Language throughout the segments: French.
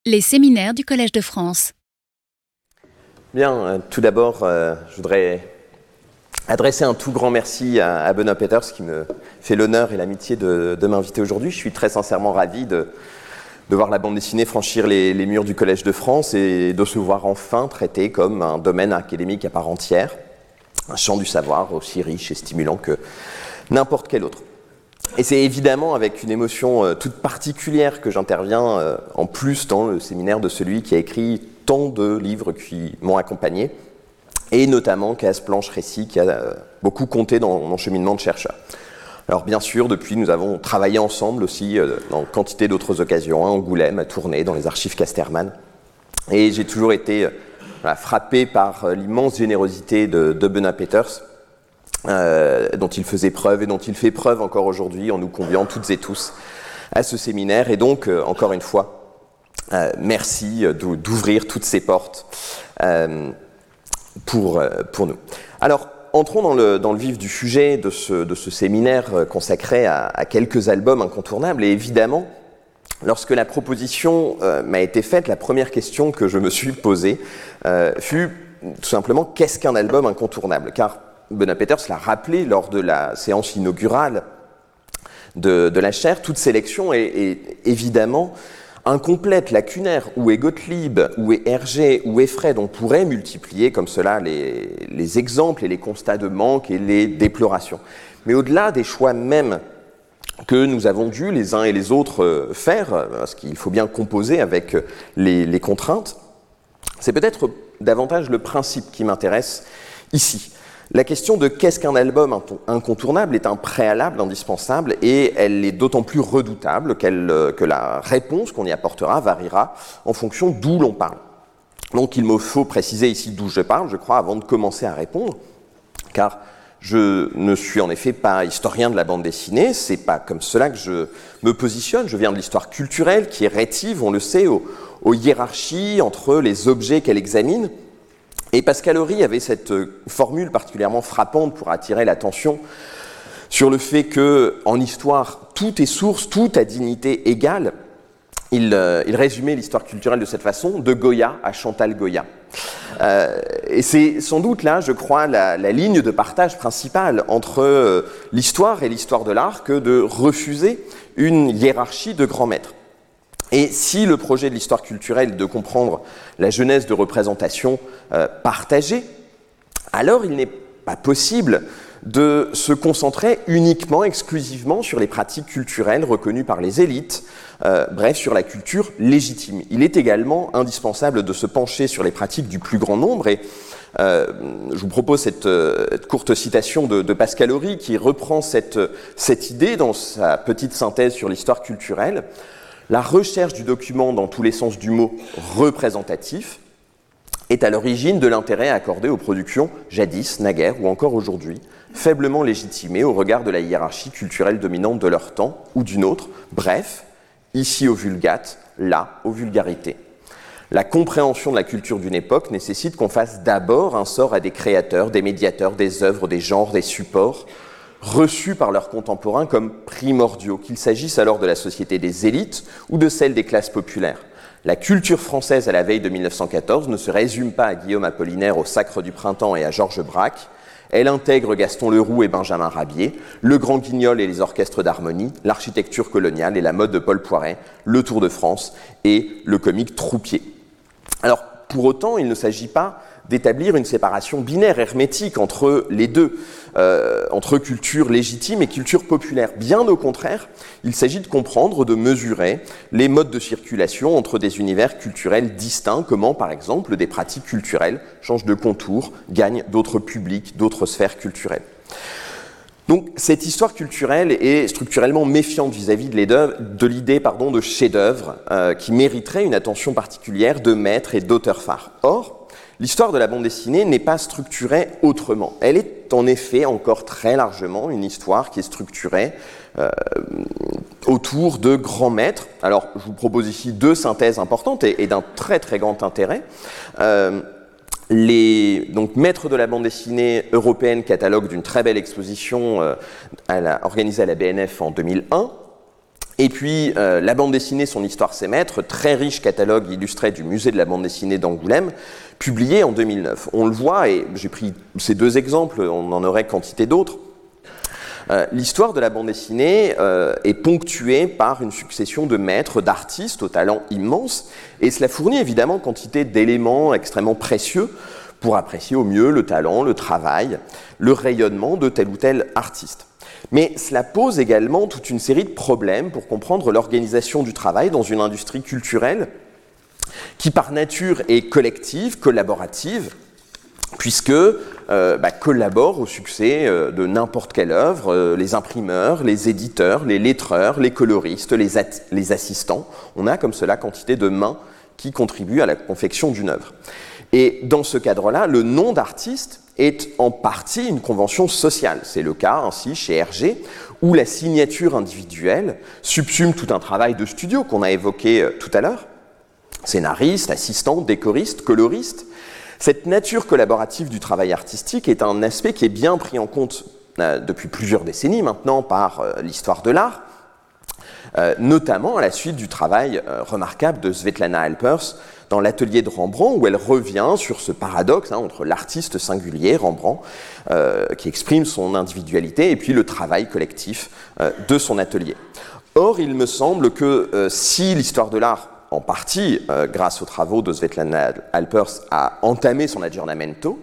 Les séminaires du Collège de France. Bien, tout d'abord, je voudrais adresser un tout grand merci à Benoît Peeters qui me fait l'honneur et l'amitié de m'inviter aujourd'hui. Je suis très sincèrement ravi de voir la bande dessinée franchir les murs du Collège de France et de se voir enfin traité comme un domaine académique à part entière, un champ du savoir aussi riche et stimulant que n'importe quel autre. Et c'est évidemment avec une émotion toute particulière que j'interviens en plus dans le séminaire de celui qui a écrit tant de livres qui m'ont accompagné, et notamment Casse-Planche Récit, qui a beaucoup compté dans mon cheminement de chercheur. Alors bien sûr, depuis, nous avons travaillé ensemble aussi dans quantité d'autres occasions, à Angoulême, à Tournai, dans les archives Casterman. Et j'ai toujours été frappé par l'immense générosité de Benoît Peeters, dont il faisait preuve et dont il fait preuve encore aujourd'hui en nous conviant toutes et tous à ce séminaire. Et donc, encore une fois, merci d'ouvrir toutes ces portes pour nous. Alors, entrons dans le vif du sujet de ce séminaire consacré à quelques albums incontournables. Et évidemment, lorsque la proposition m'a été faite, la première question que je me suis posée fut tout simplement « qu'est-ce qu'un album incontournable ?» Car Benoît Peeters l'a rappelé lors de la séance inaugurale de la chaire, toute sélection est évidemment incomplète, lacunaire. Où est Gottlieb, où est Hergé, où est Fred? On pourrait multiplier comme cela les exemples et les constats de manque et les déplorations. Mais au-delà des choix même que nous avons dû les uns et les autres faire, parce qu'il faut bien composer avec les contraintes, c'est peut-être davantage le principe qui m'intéresse ici. La question de qu'est-ce qu'un album incontournable est un préalable indispensable et elle est d'autant plus redoutable que la réponse qu'on y apportera variera en fonction d'où l'on parle. Donc il me faut préciser ici d'où je parle, je crois, avant de commencer à répondre, car je ne suis en effet pas historien de la bande dessinée, c'est pas comme cela que je me positionne, je viens de l'histoire culturelle qui est rétive, on le sait, aux hiérarchies entre les objets qu'elle examine. Et Pascal Horry avait cette formule particulièrement frappante pour attirer l'attention sur le fait qu'en histoire, tout est source, tout a dignité égale. Il résumait l'histoire culturelle de cette façon, de Goya à Chantal Goya. Et c'est sans doute là, je crois, la ligne de partage principale entre l'histoire et l'histoire de l'art que de refuser une hiérarchie de grands maîtres. Et si le projet de l'histoire culturelle est de comprendre la genèse de représentation partagée, alors il n'est pas possible de se concentrer uniquement, exclusivement sur les pratiques culturelles reconnues par les élites, bref, sur la culture légitime. Il est également indispensable de se pencher sur les pratiques du plus grand nombre et je vous propose cette courte citation de Pascal Horry qui reprend cette idée dans sa petite synthèse sur l'histoire culturelle. La recherche du document dans tous les sens du mot représentatif est à l'origine de l'intérêt accordé aux productions jadis, naguère ou encore aujourd'hui, faiblement légitimées au regard de la hiérarchie culturelle dominante de leur temps ou d'une autre, bref, ici au vulgate, là aux vulgarités. La compréhension de la culture d'une époque nécessite qu'on fasse d'abord un sort à des créateurs, des médiateurs, des œuvres, des genres, des supports, reçus par leurs contemporains comme primordiaux, qu'il s'agisse alors de la société des élites ou de celle des classes populaires. La culture française à la veille de 1914 ne se résume pas à Guillaume Apollinaire, au Sacre du Printemps et à Georges Braque. Elle intègre Gaston Leroux et Benjamin Rabier, le Grand Guignol et les orchestres d'harmonie, l'architecture coloniale et la mode de Paul Poiret, le Tour de France et le comique Troupier. Alors, pour autant, il ne s'agit pas d'établir une séparation binaire, hermétique entre les deux, entre culture légitime et culture populaire. Bien au contraire, il s'agit de comprendre, de mesurer les modes de circulation entre des univers culturels distincts, comment par exemple des pratiques culturelles changent de contour, gagnent d'autres publics, d'autres sphères culturelles. Donc cette histoire culturelle est structurellement méfiante vis-à-vis de l'idée de chef-d'œuvre qui mériterait une attention particulière de maîtres et d'auteurs phares. Or, l'histoire de la bande dessinée n'est pas structurée autrement. Elle est en effet encore très largement une histoire qui est structurée autour de grands maîtres. Alors, je vous propose ici deux synthèses importantes et d'un très très grand intérêt. Les maîtres de la bande dessinée européenne cataloguent d'une très belle exposition organisée à la BNF en 2001. Et puis, la bande dessinée, son histoire, ses maîtres, très riche catalogue illustré du musée de la bande dessinée d'Angoulême, publié en 2009. On le voit, et j'ai pris ces 2 exemples, on en aurait quantité d'autres. L'histoire de la bande dessinée est ponctuée par une succession de maîtres, d'artistes au talent immense, et cela fournit évidemment quantité d'éléments extrêmement précieux pour apprécier au mieux le talent, le travail, le rayonnement de tel ou tel artiste. Mais cela pose également toute une série de problèmes pour comprendre l'organisation du travail dans une industrie culturelle qui par nature est collective, collaborative, puisque collaborent au succès de n'importe quelle œuvre, les imprimeurs, les éditeurs, les lettreurs, les coloristes, les assistants. On a comme cela quantité de mains qui contribuent à la confection d'une œuvre. Et dans ce cadre-là, le nom d'artiste est en partie une convention sociale. C'est le cas ainsi chez Hergé, où la signature individuelle subsume tout un travail de studio qu'on a évoqué tout à l'heure. Scénariste, assistant, décoriste, coloriste. Cette nature collaborative du travail artistique est un aspect qui est bien pris en compte depuis plusieurs décennies maintenant par l'histoire de l'art, notamment à la suite du travail remarquable de Svetlana Alpers dans l'atelier de Rembrandt, où elle revient sur ce paradoxe entre l'artiste singulier, Rembrandt, qui exprime son individualité, et puis le travail collectif de son atelier. Or, il me semble que si l'histoire de l'art, en partie grâce aux travaux de Svetlana Alpers, a entamé son aggiornamento,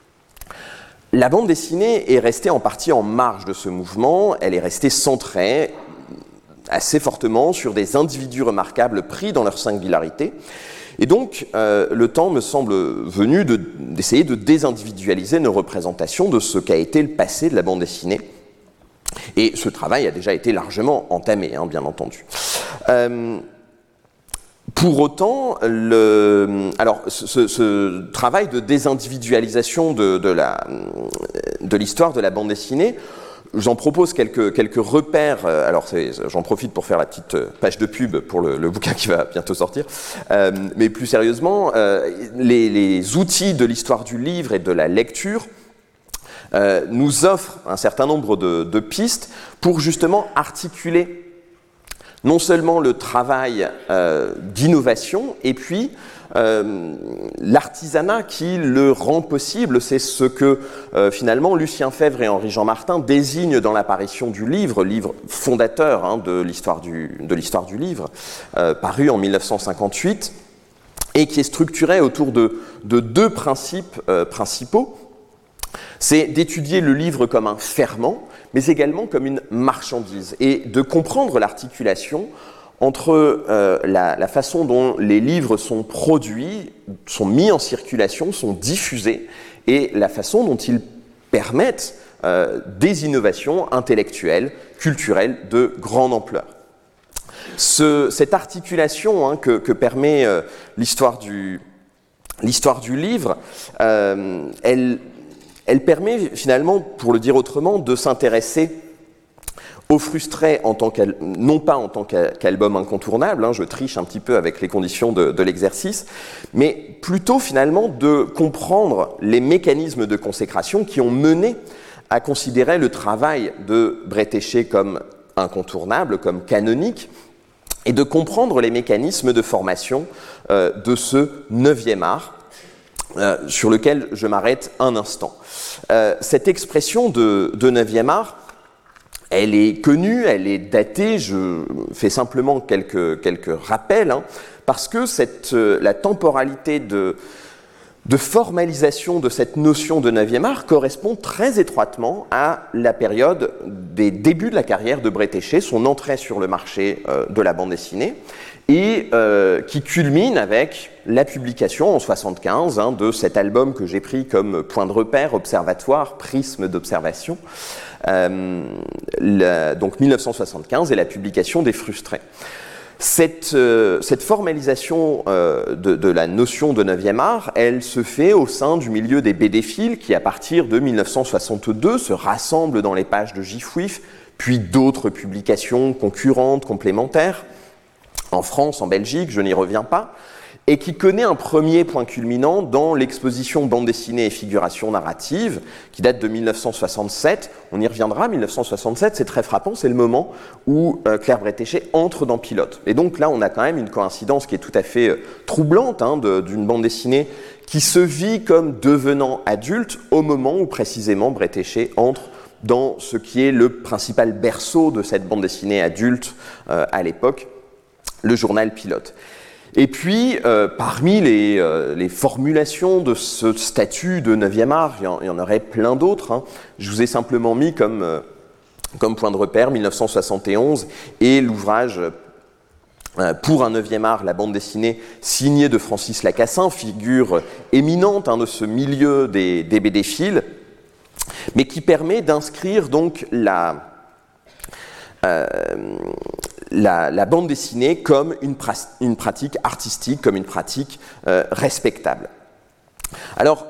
la bande dessinée est restée en partie en marge de ce mouvement, elle est restée centrée assez fortement sur des individus remarquables pris dans leur singularité. Et donc, le temps me semble venu d'essayer de désindividualiser nos représentations de ce qu'a été le passé de la bande dessinée. Et ce travail a déjà été largement entamé, bien entendu. Pour autant, ce travail de désindividualisation de l'histoire de la bande dessinée, j'en propose quelques repères. Alors, j'en profite pour faire la petite page de pub pour le bouquin qui va bientôt sortir. Mais plus sérieusement, les outils de l'histoire du livre et de la lecture nous offrent un certain nombre de pistes pour justement articuler non seulement le travail d'innovation, et puis l'artisanat qui le rend possible. C'est ce que finalement Lucien Febvre et Henri-Jean Martin désignent dans l'apparition du livre fondateur de l'histoire du livre, paru en 1958, et qui est structuré autour de 2 principes principaux. C'est d'étudier le livre comme un ferment, mais également comme une marchandise, et de comprendre l'articulation entre la façon dont les livres sont produits, sont mis en circulation, sont diffusés, et la façon dont ils permettent des innovations intellectuelles, culturelles de grande ampleur. Cette articulation que permet l'histoire du livre, elle permet finalement, pour le dire autrement, de s'intéresser aux frustrés non pas en tant qu'album incontournable, je triche un petit peu avec les conditions de l'exercice, mais plutôt finalement de comprendre les mécanismes de consécration qui ont mené à considérer le travail de Bretéché comme incontournable, comme canonique, et de comprendre les mécanismes de formation de ce 9e art, sur lequel je m'arrête un instant. Cette expression de 9e art, elle est connue, elle est datée, je fais simplement quelques rappels, parce que la temporalité de formalisation de cette notion de 9e art correspond très étroitement à la période des débuts de la carrière de Bretéché, son entrée sur le marché de la bande dessinée, et qui culmine avec la publication en 1975 de cet album que j'ai pris comme point de repère, observatoire, prisme d'observation, donc 1975, et la publication des Frustrés. Cette formalisation de la notion de 9e art, elle se fait au sein du milieu des BD-Philes qui, à partir de 1962, se rassemblent dans les pages de Gifouif, puis d'autres publications concurrentes, complémentaires, en France, en Belgique, je n'y reviens pas. et qui connaît un premier point culminant dans l'exposition bande dessinée et figuration narrative, qui date de 1967. On y reviendra, 1967, c'est très frappant, c'est le moment où Claire Bretéché entre dans Pilote. Et donc là, on a quand même une coïncidence qui est tout à fait troublante, d'une bande dessinée qui se vit comme devenant adulte au moment où précisément Bretéché entre dans ce qui est le principal berceau de cette bande dessinée adulte à l'époque, le journal Pilote. Et puis, parmi les formulations de ce statut de 9e art, il y en aurait plein d'autres. Je vous ai simplement mis comme point de repère 1971 et l'ouvrage pour un 9e art, la bande dessinée signée de Francis Lacassin, figure éminente de ce milieu des BD-philes, mais qui permet d'inscrire donc la bande dessinée comme une pratique artistique, comme une pratique respectable. Alors,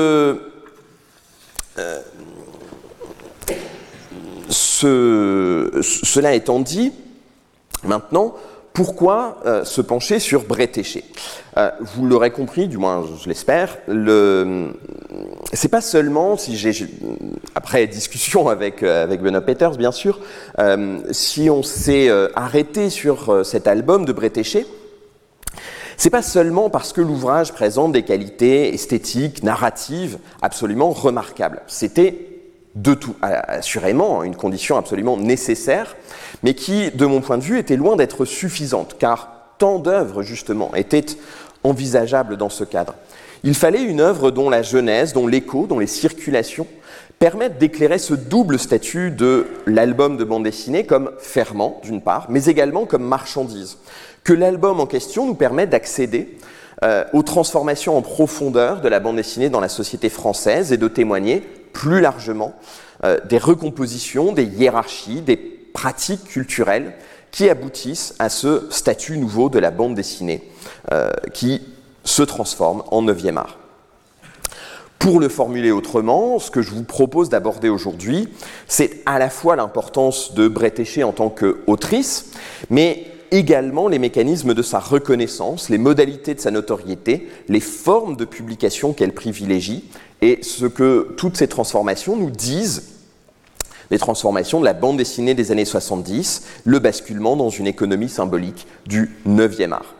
cela étant dit, maintenant, pourquoi se pencher sur Bretéché ? Vous l'aurez compris, du moins je l'espère, c'est pas seulement, après discussion avec Benoît Peters bien sûr, si on s'est arrêté sur cet album de Bretéché, c'est pas seulement parce que l'ouvrage présente des qualités esthétiques, narratives absolument remarquables. C'était de tout, assurément, une condition absolument nécessaire, mais qui, de mon point de vue, était loin d'être suffisante, car tant d'œuvres, justement, étaient envisageables dans ce cadre. Il fallait une œuvre dont la genèse, dont l'écho, dont les circulations permettent d'éclairer ce double statut de l'album de bande dessinée comme ferment, d'une part, mais également comme marchandise. Que l'album en question nous permette d'accéder aux transformations en profondeur de la bande dessinée dans la société française et de témoigner plus largement des recompositions, des hiérarchies, des pratiques culturelles qui aboutissent à ce statut nouveau de la bande dessinée qui se transforme en 9e art. Pour le formuler autrement, ce que je vous propose d'aborder aujourd'hui, c'est à la fois l'importance de Bretéché en tant qu'autrice, mais également les mécanismes de sa reconnaissance, les modalités de sa notoriété, les formes de publication qu'elle privilégie et ce que toutes ces transformations nous disent des transformations de la bande dessinée des années 70, le basculement dans une économie symbolique du 9e art.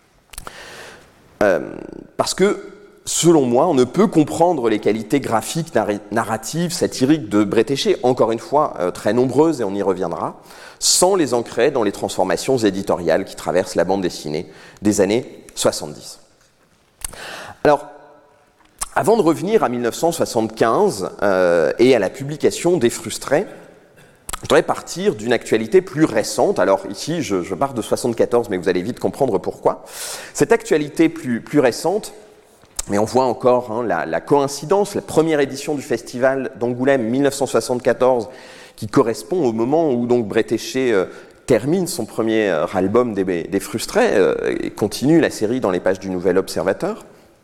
Parce que, selon moi, on ne peut comprendre les qualités graphiques, narratives, satiriques de Bretéché, encore une fois très nombreuses et on y reviendra, sans les ancrer dans les transformations éditoriales qui traversent la bande dessinée des années 70. Alors, avant de revenir à 1975 et à la publication des Frustrés, je voudrais partir d'une actualité plus récente. Alors ici, je pars de 74, mais vous allez vite comprendre pourquoi. Cette actualité plus récente, mais on voit encore la coïncidence, la première édition du Festival d'Angoulême 1974, qui correspond au moment où donc Bretéché termine son premier album des Frustrés et continue la série dans les pages du Nouvel Observateur.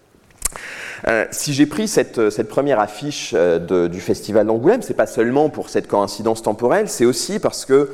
Si j'ai pris cette première affiche du Festival d'Angoulême, c'est pas seulement pour cette coïncidence temporelle, c'est aussi parce que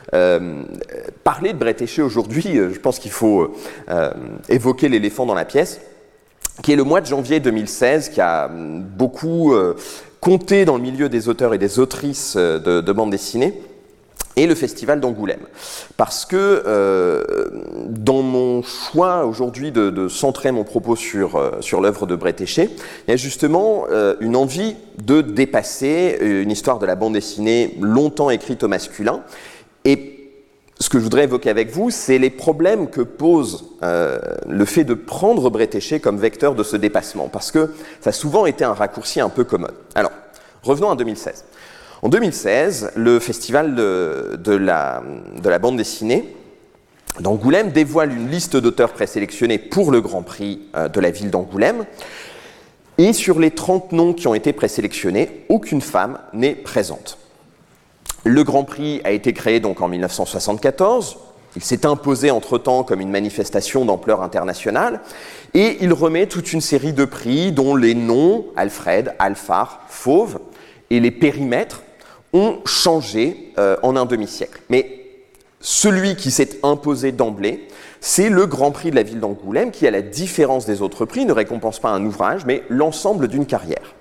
parler de Bretéché aujourd'hui, je pense qu'il faut évoquer l'éléphant dans la pièce, qui est le mois de janvier 2016, qui a beaucoup compté dans le milieu des auteurs et des autrices de bande dessinée, et le Festival d'Angoulême. Parce que dans mon choix aujourd'hui de centrer mon propos sur l'œuvre de Bretéché, il y a justement une envie de dépasser une histoire de la bande dessinée longtemps écrite au masculin. Et ce que je voudrais évoquer avec vous, c'est les problèmes que pose le fait de prendre Bretéché comme vecteur de ce dépassement, parce que ça a souvent été un raccourci un peu commode. Alors, revenons à 2016. En 2016, le festival de la bande dessinée d'Angoulême dévoile une liste d'auteurs présélectionnés pour le Grand Prix de la ville d'Angoulême. Et sur les 30 noms qui ont été présélectionnés, aucune femme n'est présente. Le Grand Prix a été créé donc en 1974. Il s'est imposé entre-temps comme une manifestation d'ampleur internationale. Et il remet toute une série de prix dont les noms, Alfred, Alphard, Fauve, et les périmètres ont changé en un demi-siècle. Mais Celui qui s'est imposé d'emblée, c'est le Grand Prix de la ville d'Angoulême qui, à la différence des autres prix, ne récompense pas un ouvrage, mais l'ensemble d'une carrière.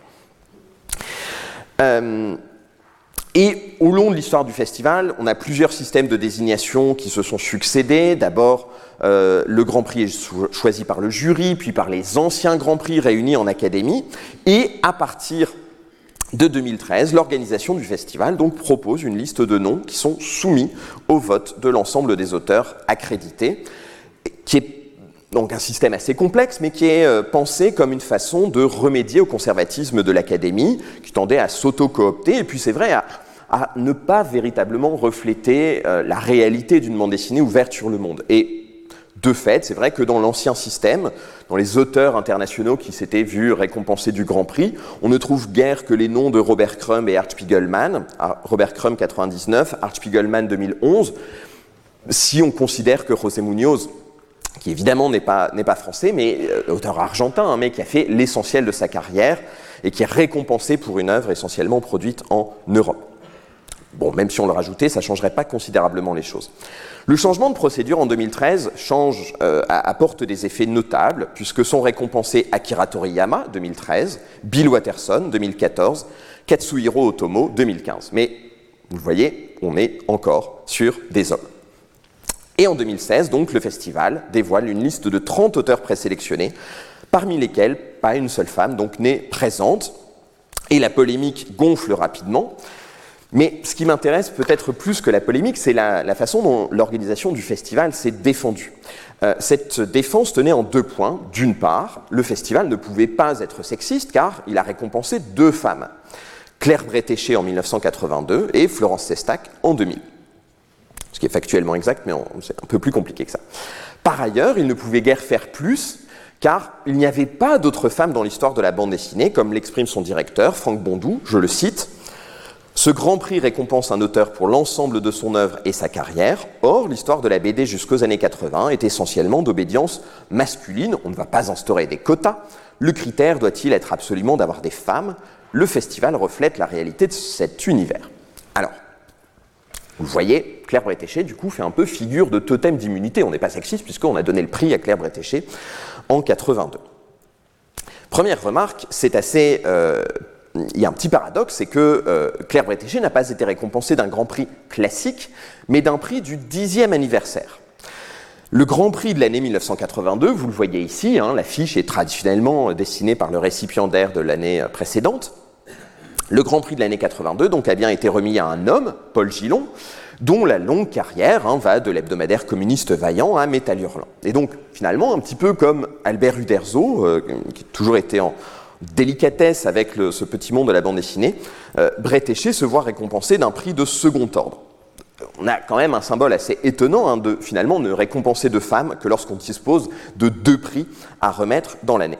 Et au long de l'histoire du festival, on a plusieurs systèmes de désignation qui se sont succédés. D'abord, le Grand Prix est choisi par le jury, puis par les anciens Grands Prix réunis en académie. Et à partir de 2013, l'organisation du festival donc propose une liste de noms qui sont soumis au vote de l'ensemble des auteurs accrédités, qui est donc un système assez complexe, mais qui est pensé comme une façon de remédier au conservatisme de l'Académie, qui tendait à s'auto-coopter, et puis c'est vrai, à ne pas véritablement refléter la réalité d'une bande dessinée ouverte sur le monde. Et de fait, c'est vrai que dans l'ancien système, dans les auteurs internationaux qui s'étaient vus récompensés du Grand Prix, on ne trouve guère que les noms de Robert Crumb et Art Spiegelman, Robert Crumb 99, Art Spiegelman 2011, si on considère que José Muñoz, qui évidemment n'est pas français, mais auteur argentin, un mec qui a fait l'essentiel de sa carrière et qui est récompensé pour une œuvre essentiellement produite en Europe. Bon, même si on le rajoutait, ça ne changerait pas considérablement les choses. Le changement de procédure en 2013 apporte des effets notables, puisque sont récompensés Akira Toriyama, 2013, Bill Watterson, 2014, Katsuhiro Otomo, 2015. Mais, vous le voyez, on est encore sur des hommes. Et en 2016, donc, le festival dévoile une liste de 30 auteurs présélectionnés, parmi lesquels pas une seule femme donc n'est présente, et la polémique gonfle rapidement. Mais ce qui m'intéresse peut-être plus que la polémique, c'est la façon dont l'organisation du festival s'est défendue. Cette défense tenait en 2 points. D'une part, le festival ne pouvait pas être sexiste car il a récompensé 2 femmes, Claire Bretéché en 1982 et Florence Sestac en 2000. Ce qui est factuellement exact, mais c'est un peu plus compliqué que ça. Par ailleurs, il ne pouvait guère faire plus, car il n'y avait pas d'autres femmes dans l'histoire de la bande dessinée, comme l'exprime son directeur, Franck Bondou, je le cite. Ce Grand Prix récompense un auteur pour l'ensemble de son œuvre et sa carrière. Or, l'histoire de la BD jusqu'aux années 80 est essentiellement d'obédience masculine. On ne va pas instaurer des quotas. Le critère doit-il être absolument d'avoir des femmes? Le festival reflète la réalité de cet univers. Alors, vous le voyez, Claire Bretéché, du coup, fait un peu figure de totem d'immunité. On n'est pas sexiste puisqu'on a donné le prix à Claire Bretéché en 82. Première remarque, c'est assez... il y a un petit paradoxe, c'est que Claire Bretéché n'a pas été récompensée d'un Grand Prix classique, mais d'un prix du 10e anniversaire. Le Grand Prix de l'année 1982, vous le voyez ici, l'affiche est traditionnellement dessinée par le récipiendaire de l'année précédente. Le Grand Prix de l'année 82 donc, a bien été remis à un homme, Paul Gillon, dont la longue carrière va de l'hebdomadaire communiste Vaillant à Métal Hurlant. Et donc, finalement, un petit peu comme Albert Uderzo, qui a toujours été en délicatesse avec ce petit monde de la bande dessinée, Bretéché se voit récompensé d'un prix de second ordre. On a quand même un symbole assez étonnant de finalement ne récompenser de femmes que lorsqu'on dispose de 2 prix à remettre dans l'année.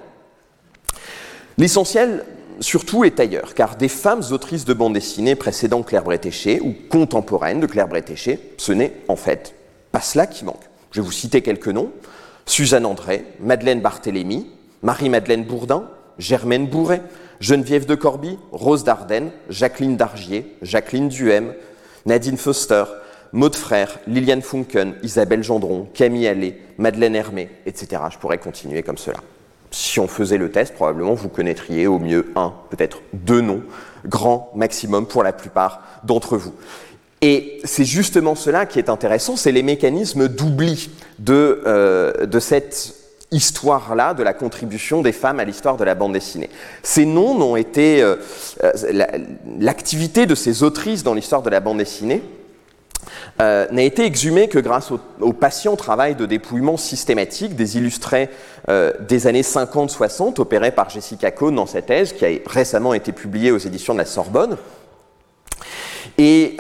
L'essentiel, surtout, est ailleurs, car des femmes autrices de bande dessinée précédant Claire Bretéché ou contemporaines de Claire Bretéché, ce n'est en fait pas cela qui manque. Je vais vous citer quelques noms. Suzanne André, Madeleine Barthélemy, Marie-Madeleine Bourdin, Germaine Bourret, Geneviève de Corbie, Rose Dardenne, Jacqueline Dargier, Jacqueline Duhem, Nadine Foster, Maud Frère, Liliane Funken, Isabelle Gendron, Camille Allais, Madeleine Hermé, etc. Je pourrais continuer comme cela. Si on faisait le test, probablement vous connaîtriez au mieux 1, peut-être 2 noms, grand maximum pour la plupart d'entre vous. Et c'est justement cela qui est intéressant, c'est les mécanismes d'oubli de cette histoire-là, de la contribution des femmes à l'histoire de la bande dessinée. Ces noms n'ont été... l'activité de ces autrices dans l'histoire de la bande dessinée n'a été exhumée que grâce au patient travail de dépouillement systématique des illustrés des années 50-60, opérés par Jessica Cohn dans sa thèse, qui a récemment été publiée aux éditions de la Sorbonne. Et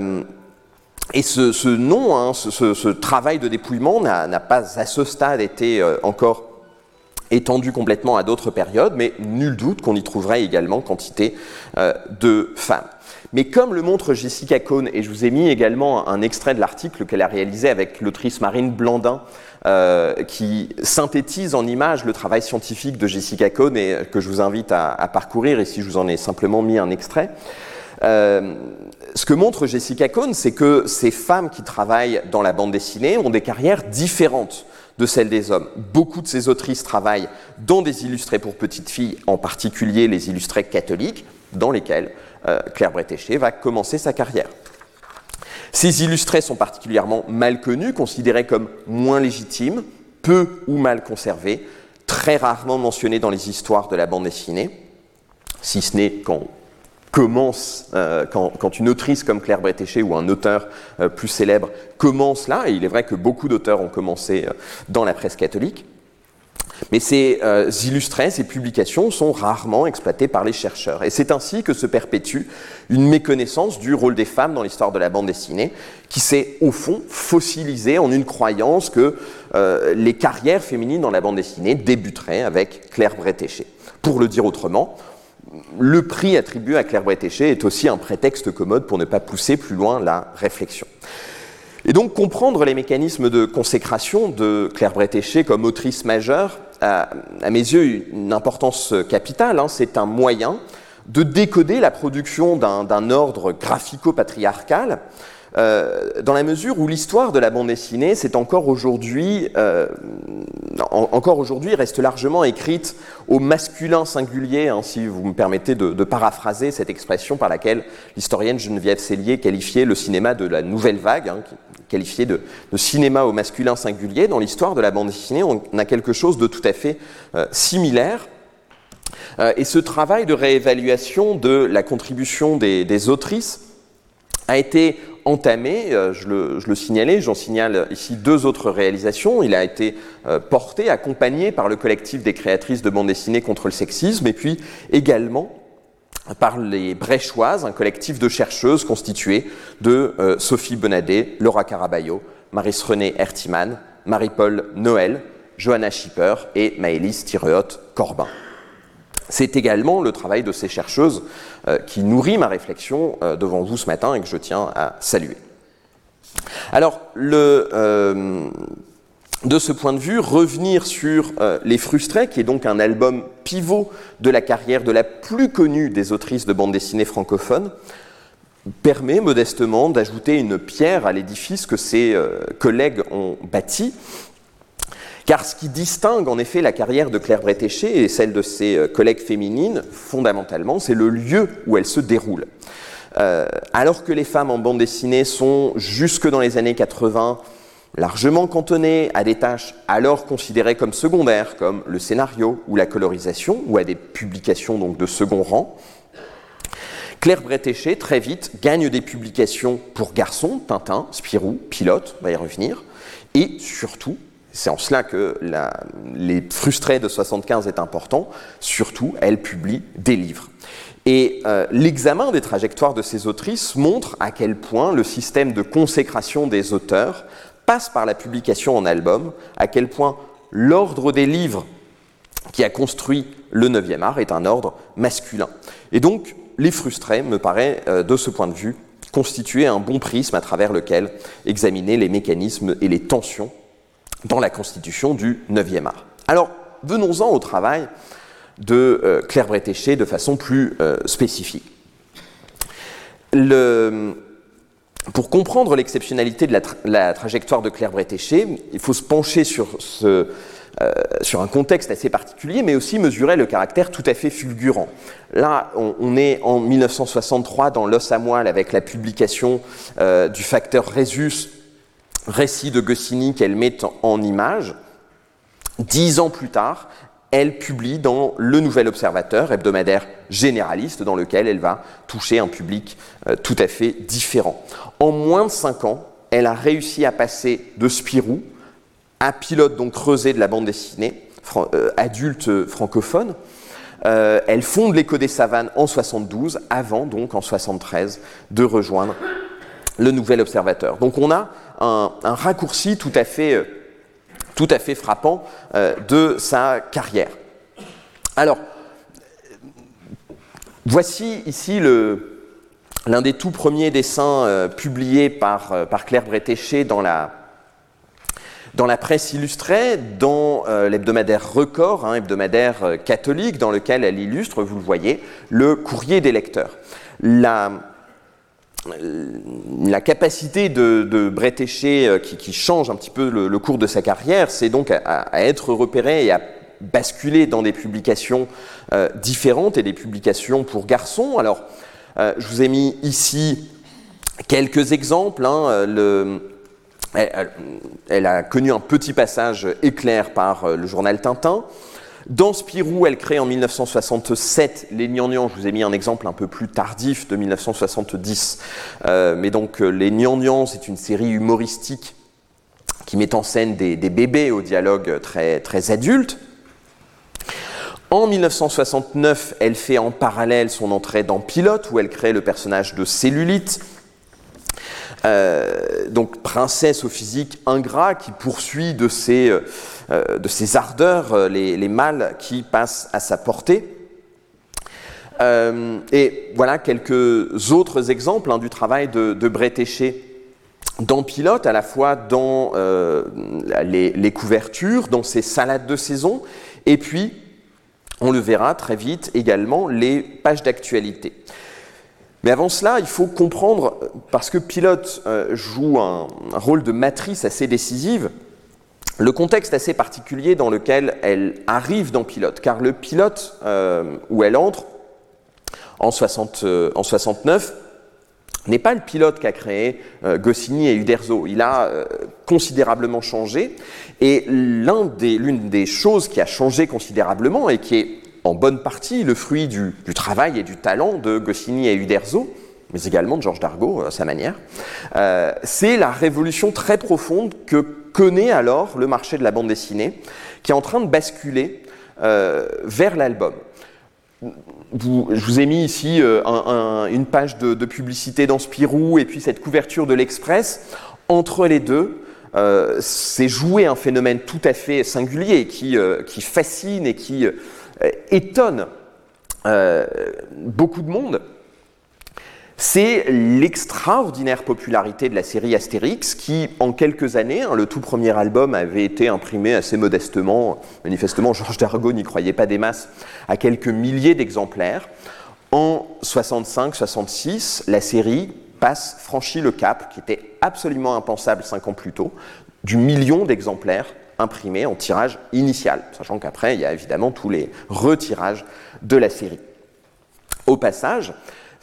ce nom, ce travail de dépouillement n'a pas à ce stade été encore étendu complètement à d'autres périodes, mais nul doute qu'on y trouverait également quantité de femmes. Mais comme le montre Jessica Cohn, et je vous ai mis également un extrait de l'article qu'elle a réalisé avec l'autrice Marine Blandin, qui synthétise en images le travail scientifique de Jessica Cohn et que je vous invite à parcourir, ici je vous en ai simplement mis un extrait. Ce que montre Jessica Cohn, c'est que ces femmes qui travaillent dans la bande dessinée ont des carrières différentes de celles des hommes. Beaucoup de ces autrices travaillent dans des illustrés pour petites filles, en particulier les illustrés catholiques, dans lesquels Claire Bretéché va commencer sa carrière. Ces illustrés sont particulièrement mal connus, considérés comme moins légitimes, peu ou mal conservés, très rarement mentionnés dans les histoires de la bande dessinée, si ce n'est quand une autrice comme Claire Bretéché ou un auteur plus célèbre commence là, et il est vrai que beaucoup d'auteurs ont commencé dans la presse catholique, mais ces illustrés, ces publications sont rarement exploitées par les chercheurs. Et c'est ainsi que se perpétue une méconnaissance du rôle des femmes dans l'histoire de la bande dessinée, qui s'est au fond fossilisée en une croyance que les carrières féminines dans la bande dessinée débuteraient avec Claire Bretéché. Pour le dire autrement, le prix attribué à Claire Bretéché est aussi un prétexte commode pour ne pas pousser plus loin la réflexion. Et donc comprendre les mécanismes de consécration de Claire Bretéché comme autrice majeure a, à mes yeux, une importance capitale. C'est un moyen de décoder la production d'un ordre graphico-patriarcal dans la mesure où l'histoire de la bande dessinée, c'est encore aujourd'hui reste largement écrite au masculin singulier, si vous me permettez de paraphraser cette expression par laquelle l'historienne Geneviève Cellier qualifiait le cinéma de la nouvelle vague, qualifié de cinéma au masculin singulier. Dans l'histoire de la bande dessinée, on a quelque chose de tout à fait similaire. Et ce travail de réévaluation de la contribution des autrices a été entamé, je le signalais, j'en signale ici deux autres réalisations. Il a été porté, accompagné par le collectif des créatrices de bande dessinée contre le sexisme, et puis également par les Bréchoises, un collectif de chercheuses constitué de Sophie Bonadet, Laura Caraballo, Maris-Renée Hertiman, Marie-Paul Noël, Johanna Schipper et Maëlys Thiréot-Corbin. C'est également le travail de ces chercheuses qui nourrit ma réflexion devant vous ce matin et que je tiens à saluer. Alors, de ce point de vue, revenir sur Les Frustrés, qui est donc un album pivot de la carrière de la plus connue des autrices de bande dessinée francophones, permet modestement d'ajouter une pierre à l'édifice que ses collègues ont bâti. Car ce qui distingue en effet la carrière de Claire Bretéché et celle de ses collègues féminines, fondamentalement, c'est le lieu où elle se déroule. Alors que les femmes en bande dessinée sont, jusque dans les années 80, largement cantonnées à des tâches alors considérées comme secondaires, comme le scénario ou la colorisation, ou à des publications donc de second rang, Claire Bretéché, très vite, gagne des publications pour garçons, Tintin, Spirou, Pilote, on va y revenir, et surtout, c'est en cela que Les Frustrés de 75 est important, surtout, elle publie des livres. Et l'examen des trajectoires de ces autrices montre à quel point le système de consécration des auteurs passe par la publication en album, à quel point l'ordre des livres qui a construit le 9e art est un ordre masculin. Et donc, Les Frustrés, me paraît, de ce point de vue, constituer un bon prisme à travers lequel examiner les mécanismes et les tensions dans la constitution du 9e art. Alors, venons-en au travail de Claire Bretéché de façon plus spécifique. Pour comprendre l'exceptionnalité de la trajectoire de Claire Bretéché, il faut se pencher sur un contexte assez particulier, mais aussi mesurer le caractère tout à fait fulgurant. Là, on est en 1963 dans L'os à moelle avec la publication du facteur Rhésus, récit de Goscinny qu'elle met en image. 10 ans plus tard, elle publie dans Le Nouvel Observateur, hebdomadaire généraliste, dans lequel elle va toucher un public tout à fait différent. En moins de 5 ans, elle a réussi à passer de Spirou à Pilote, donc creusé de la bande dessinée, adulte francophone. Elle fonde l'Écho des Savanes en 72, avant donc en 73 de rejoindre Le Nouvel Observateur. Donc on a un raccourci tout à fait frappant de sa carrière. Alors, voici ici l'un des tout premiers dessins publiés par Claire Bretéché dans dans la presse illustrée, dans l'hebdomadaire Record, hebdomadaire catholique, dans lequel elle illustre, vous le voyez, le courrier des lecteurs. La capacité de Bretéché, qui change un petit peu le cours de sa carrière, c'est donc à être repéré et à basculer dans des publications différentes et des publications pour garçons. Alors, je vous ai mis ici quelques exemples. Elle a connu un petit passage éclair par le journal Tintin. Dans Spirou, elle crée en 1967 Les Gnangnans. Je vous ai mis un exemple un peu plus tardif de 1970. Mais donc, Les Gnangnans, c'est une série humoristique qui met en scène des bébés au dialogue très, très adulte. En 1969, elle fait en parallèle son entrée dans Pilote, où elle crée le personnage de Cellulite. Donc princesse au physique ingrat qui poursuit de ses ardeurs les mâles qui passent à sa portée. Et voilà quelques autres exemples du travail de Bretéché dans Pilote, à la fois dans les couvertures, dans ses salades de saison, et puis, on le verra très vite également, les pages d'actualité. Mais avant cela, il faut comprendre, parce que Pilote joue un rôle de matrice assez décisive, le contexte assez particulier dans lequel elle arrive dans Pilote. Car le Pilote où elle entre, en 69, n'est pas le Pilote qu'a créé Goscinny et Uderzo. Il a considérablement changé. Et l'une des choses qui a changé considérablement et qui est en bonne partie le fruit du travail et du talent de Goscinny et Uderzo, mais également de Georges Dargaud à sa manière, c'est la révolution très profonde que connaît alors le marché de la bande dessinée, qui est en train de basculer vers l'album. Je vous ai mis ici une page de publicité dans Spirou et puis cette couverture de l'Express. Entre les deux, c'est joué un phénomène tout à fait singulier qui fascine et qui étonne beaucoup de monde. C'est l'extraordinaire popularité de la série Astérix qui, en quelques années, le tout premier album avait été imprimé assez modestement, manifestement Georges Dargaud n'y croyait pas des masses, à quelques milliers d'exemplaires. En 65-66, la série franchit le cap, qui était absolument impensable 5 ans plus tôt, du million d'exemplaires imprimés en tirage initial, sachant qu'après, il y a évidemment tous les retirages de la série. Au passage,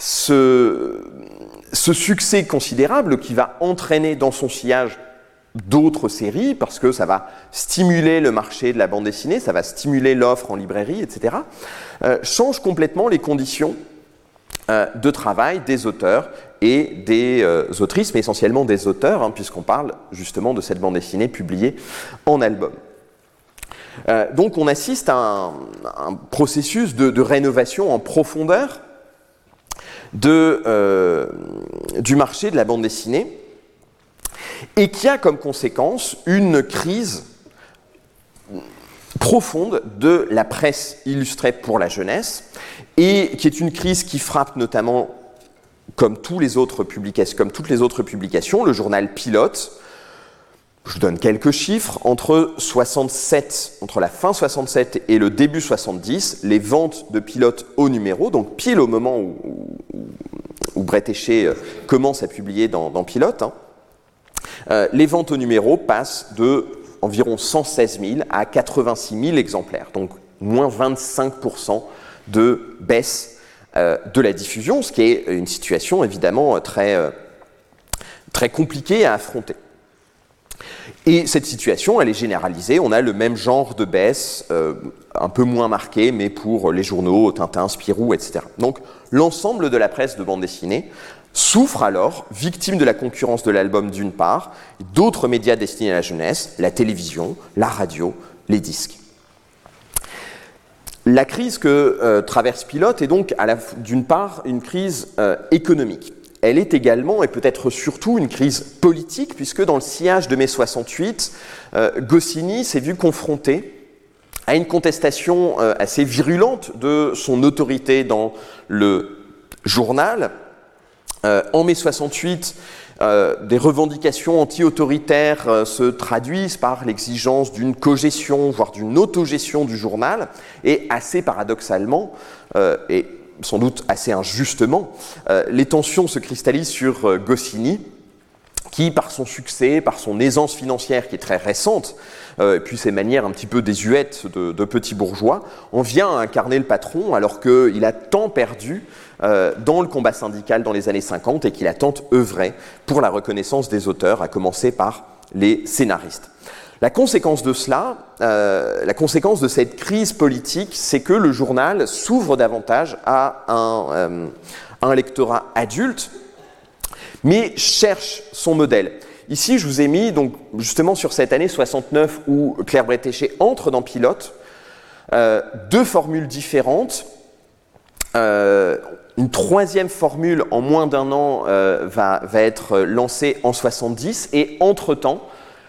ce succès considérable qui va entraîner dans son sillage d'autres séries, parce que ça va stimuler le marché de la bande dessinée, ça va stimuler l'offre en librairie, etc., change complètement les conditions de travail des auteurs et des autrices, mais essentiellement des auteurs, puisqu'on parle justement de cette bande dessinée publiée en album. Donc on assiste à un processus de rénovation en profondeur du marché de la bande dessinée et qui a comme conséquence une crise profonde de la presse illustrée pour la jeunesse et qui est une crise qui frappe notamment, comme toutes les autres publications, le journal Pilote. Je vous donne quelques chiffres. Entre la fin 67 et le début 70, les ventes de Pilote au numéro, donc pile au moment où Bretéché commence à publier dans Pilote, les ventes au numéro passent de environ 116 000 à 86 000 exemplaires, donc moins 25% de baisse de la diffusion, ce qui est une situation évidemment très, très compliquée à affronter. Et cette situation, elle est généralisée. On a le même genre de baisse, un peu moins marqué, mais pour les journaux, Tintin, Spirou, etc. Donc, l'ensemble de la presse de bande dessinée souffre alors, victime de la concurrence de l'album d'une part, et d'autres médias destinés à la jeunesse, la télévision, la radio, les disques. La crise que traverse Pilote est donc, d'une part, une crise économique. Elle est également, et peut-être surtout, une crise politique, puisque dans le sillage de mai 68, Goscinny s'est vu confronté à une contestation assez virulente de son autorité dans le journal. En mai 68, Des revendications anti-autoritaires se traduisent par l'exigence d'une cogestion, voire d'une autogestion du journal, et assez paradoxalement, et sans doute assez injustement, les tensions se cristallisent sur Goscinny, qui, par son succès, par son aisance financière qui est très récente, et puis ses manières un petit peu désuètes de petit bourgeois, en vient à incarner le patron alors qu'il a tant perdu dans le combat syndical dans les années 50 et qu'il a tant œuvré pour la reconnaissance des auteurs, à commencer par les scénaristes. La conséquence de cela, la conséquence de cette crise politique, c'est que le journal s'ouvre davantage à un lectorat adulte, mais cherche son modèle. Ici, je vous ai mis donc justement sur cette année 69 où Claire Bretéché entre dans Pilote, deux formules différentes. Une troisième formule en moins d'un an va être lancée en 70 et entre-temps,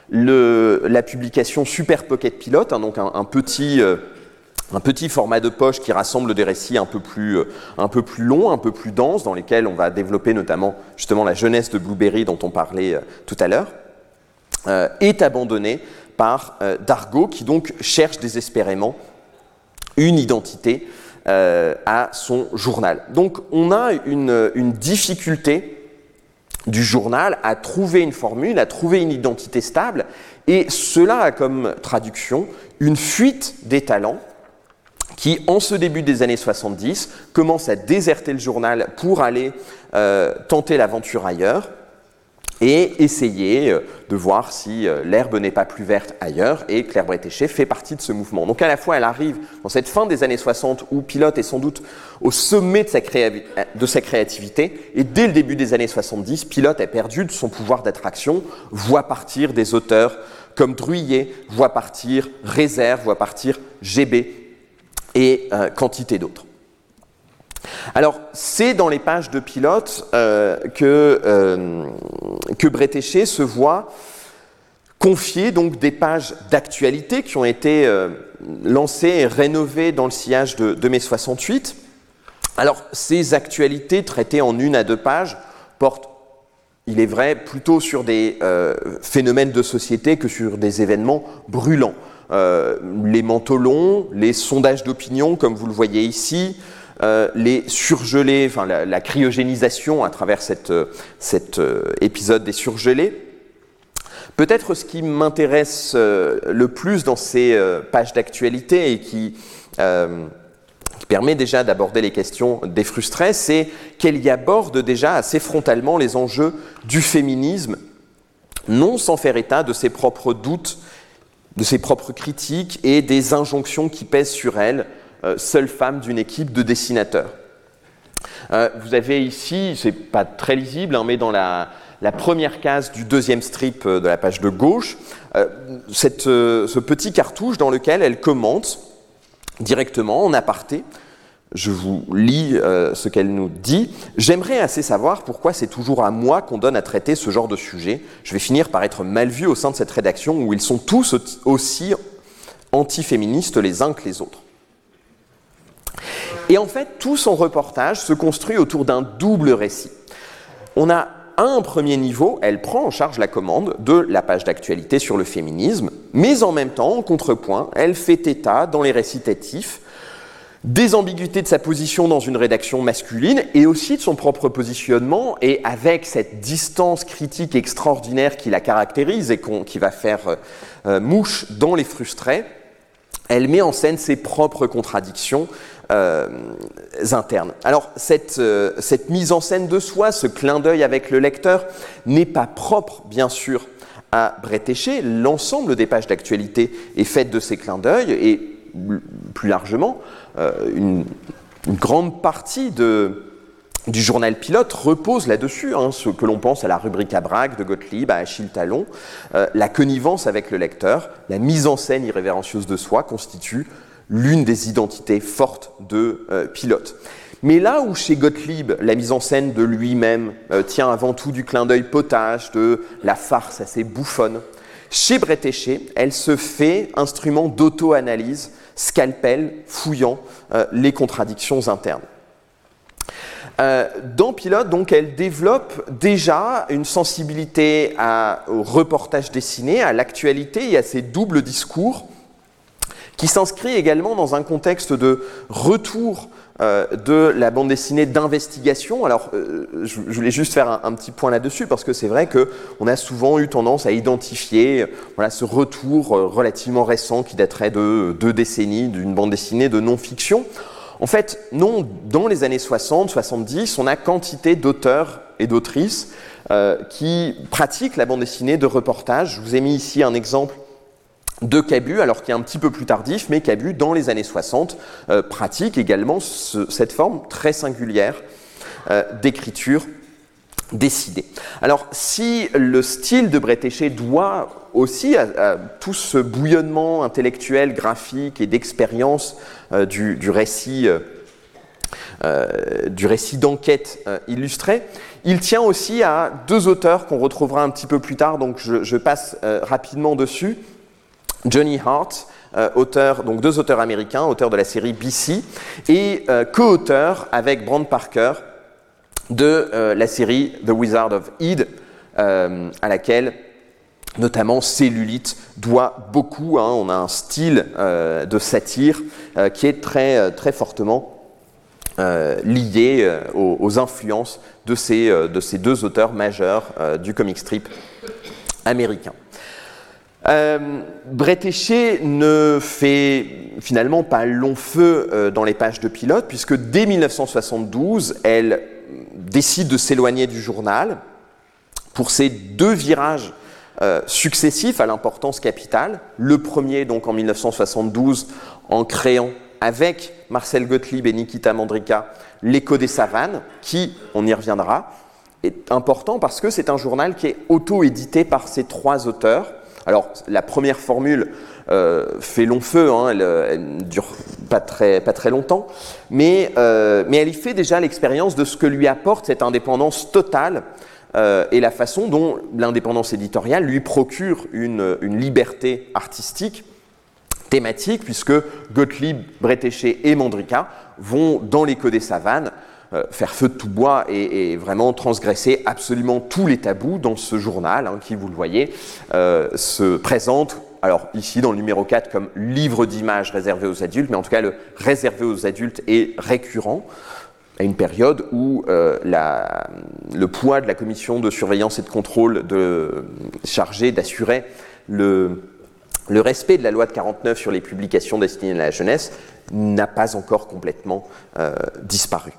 la publication Super Pocket Pilote, donc un petit format de poche qui rassemble des récits un peu plus longs, un peu plus denses, dans lesquels on va développer notamment justement la jeunesse de Blueberry dont on parlait tout à l'heure, est abandonné par Dargaud qui donc cherche désespérément une identité à son journal. Donc on a une difficulté du journal à trouver une formule, à trouver une identité stable, et cela a comme traduction une fuite des talents qui, en ce début des années 70, commence à déserter le journal pour aller tenter l'aventure ailleurs et essayer de voir si l'herbe n'est pas plus verte ailleurs, et Claire Bretéché fait partie de ce mouvement. Donc à la fois, elle arrive dans cette fin des années 60 où Pilote est sans doute au sommet de sa créativité, et dès le début des années 70, Pilote a perdu de son pouvoir d'attraction, voit partir des auteurs comme Druillet, voit partir Réserve, voit partir GB, et quantité d'autres. Alors, c'est dans les pages de Pilote que Bretéché se voit confier donc des pages d'actualité qui ont été lancées et rénovées dans le sillage de mai 68. Alors, ces actualités traitées en 1 à 2 pages portent, il est vrai, plutôt sur des phénomènes de société que sur des événements brûlants. Les manteaux longs, les sondages d'opinion, comme vous le voyez ici, les surgelés, enfin la cryogénisation à travers cet épisode des surgelés. Peut-être ce qui m'intéresse le plus dans ces pages d'actualité et qui permet déjà d'aborder les questions des frustrés, c'est qu'elle y aborde déjà assez frontalement les enjeux du féminisme, non sans faire état de ses propres doutes, de ses propres critiques et des injonctions qui pèsent sur elle, seule femme d'une équipe de dessinateurs. Vous avez ici, c'est pas très lisible, mais dans la première case du 2e strip de la page de gauche, ce petit cartouche dans lequel elle commente directement, en aparté. Je vous lis ce qu'elle nous dit. « J'aimerais assez savoir pourquoi c'est toujours à moi qu'on donne à traiter ce genre de sujet. Je vais finir par être mal vu au sein de cette rédaction où ils sont tous aussi antiféministes les uns que les autres. » Et en fait, tout son reportage se construit autour d'un double récit. On a à un premier niveau, elle prend en charge la commande de la page d'actualité sur le féminisme, mais en même temps, en contrepoint, elle fait état dans les récitatifs des ambiguïtés de sa position dans une rédaction masculine et aussi de son propre positionnement, et avec cette distance critique extraordinaire qui la caractérise et qui va faire mouche dans Les Frustrés, elle met en scène ses propres contradictions internes. Alors, cette mise en scène de soi, ce clin d'œil avec le lecteur, n'est pas propre, bien sûr, à Bretéché. L'ensemble des pages d'actualité est faite de ces clins d'œil, et plus largement, une grande partie du journal Pilote repose là-dessus, ce que l'on pense à la rubrique à Braque de Gottlieb, à Achille Talon. La connivence avec le lecteur, la mise en scène irrévérencieuse de soi constitue l'une des identités fortes de Pilote. Mais là où chez Gottlieb, la mise en scène de lui-même tient avant tout du clin d'œil potache, de la farce assez bouffonne, chez Bretéché, elle se fait instrument d'auto-analyse, scalpel, fouillant les contradictions internes. Dans Pilote, donc, elle développe déjà une sensibilité au reportage dessiné, à l'actualité et à ces doubles discours, qui s'inscrit également dans un contexte de retour de la bande dessinée d'investigation. Alors, je voulais juste faire un petit point là-dessus, parce que c'est vrai qu'on a souvent eu tendance à identifier ce retour relativement récent qui daterait de 2 décennies d'une bande dessinée de non-fiction. En fait, non, dans les années 60, 70, on a quantité d'auteurs et d'autrices qui pratiquent la bande dessinée de reportage. Je vous ai mis ici un exemple de Cabu, alors qui est un petit peu plus tardif, mais Cabu, dans les années 60, pratique également cette forme très singulière d'écriture dessinée. Alors, si le style de Bretéché doit aussi à tout ce bouillonnement intellectuel, graphique et d'expérience du récit d'enquête illustré, il tient aussi à 2 auteurs qu'on retrouvera un petit peu plus tard, donc je passe rapidement dessus. Johnny Hart, auteur, donc 2 auteurs américains, auteurs de la série BC, et co-auteur avec Brand Parker de la série The Wizard of Id, à laquelle notamment Cellulite doit beaucoup. On a un style de satire qui est très, très fortement lié aux influences de ces 2 auteurs majeurs du comic strip américain. Bretéché ne fait finalement pas long feu dans les pages de Pilote, puisque dès 1972, elle décide de s'éloigner du journal pour ces 2 virages successifs à l'importance capitale. Le premier, donc en 1972, en créant avec Marcel Gottlieb et Nikita Mandrika l'Écho des Savanes, qui, on y reviendra, est important parce que c'est un journal qui est auto-édité par ces 3 auteurs. Alors, la première formule fait long feu, elle ne dure pas très longtemps, mais elle y fait déjà l'expérience de ce que lui apporte cette indépendance totale et la façon dont l'indépendance éditoriale lui procure une liberté artistique, thématique, puisque Gottlieb, Bretéché et Mandrika vont, dans l'Écho des Savanes, faire feu de tout bois et vraiment transgresser absolument tous les tabous dans ce journal, qui, vous le voyez, se présente, alors ici dans le numéro 4, comme livre d'images réservé aux adultes, mais en tout cas le réservé aux adultes est récurrent, à une période où le poids de la commission de surveillance et de contrôle chargée d'assurer le respect de la loi de 49 sur les publications destinées à la jeunesse n'a pas encore complètement disparu.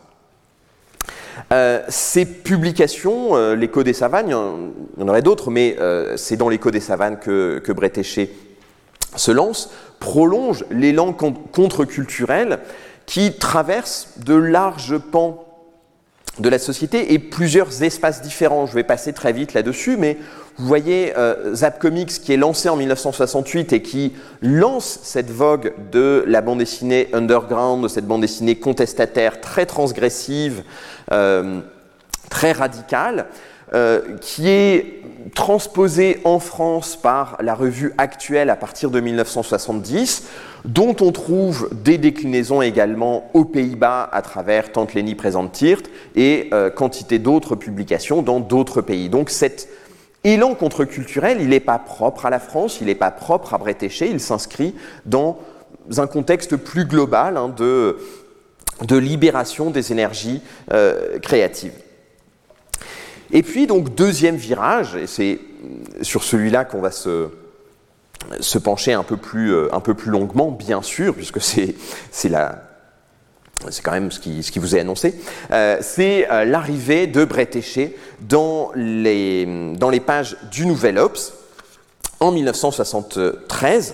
Ces publications, l'Écho des Savanes, il y en aurait d'autres, mais c'est dans l'Écho des Savanes que Bretéché se lance, prolonge l'élan contre-culturel qui traverse de larges pans de la société et plusieurs espaces différents. Je vais passer très vite là-dessus, mais vous voyez Zap Comics qui est lancé en 1968 et qui lance cette vogue de la bande dessinée underground, de cette bande dessinée contestataire très transgressive, très radicale, qui est transposée en France par la revue Actuelle à partir de 1970, dont on trouve des déclinaisons également aux Pays-Bas à travers Tante Leni présente Tirt et quantité d'autres publications dans d'autres pays. Donc cet élan contre-culturel, il n'est pas propre à la France, il n'est pas propre à Bretéché, il s'inscrit dans un contexte plus global de libération des énergies créatives. Et puis donc deuxième virage, et c'est sur celui-là qu'on va se pencher un peu plus longuement, bien sûr, puisque c'est quand même ce qui vous est annoncé, c'est l'arrivée de Bretéché dans les pages du Nouvel Obs en 1973.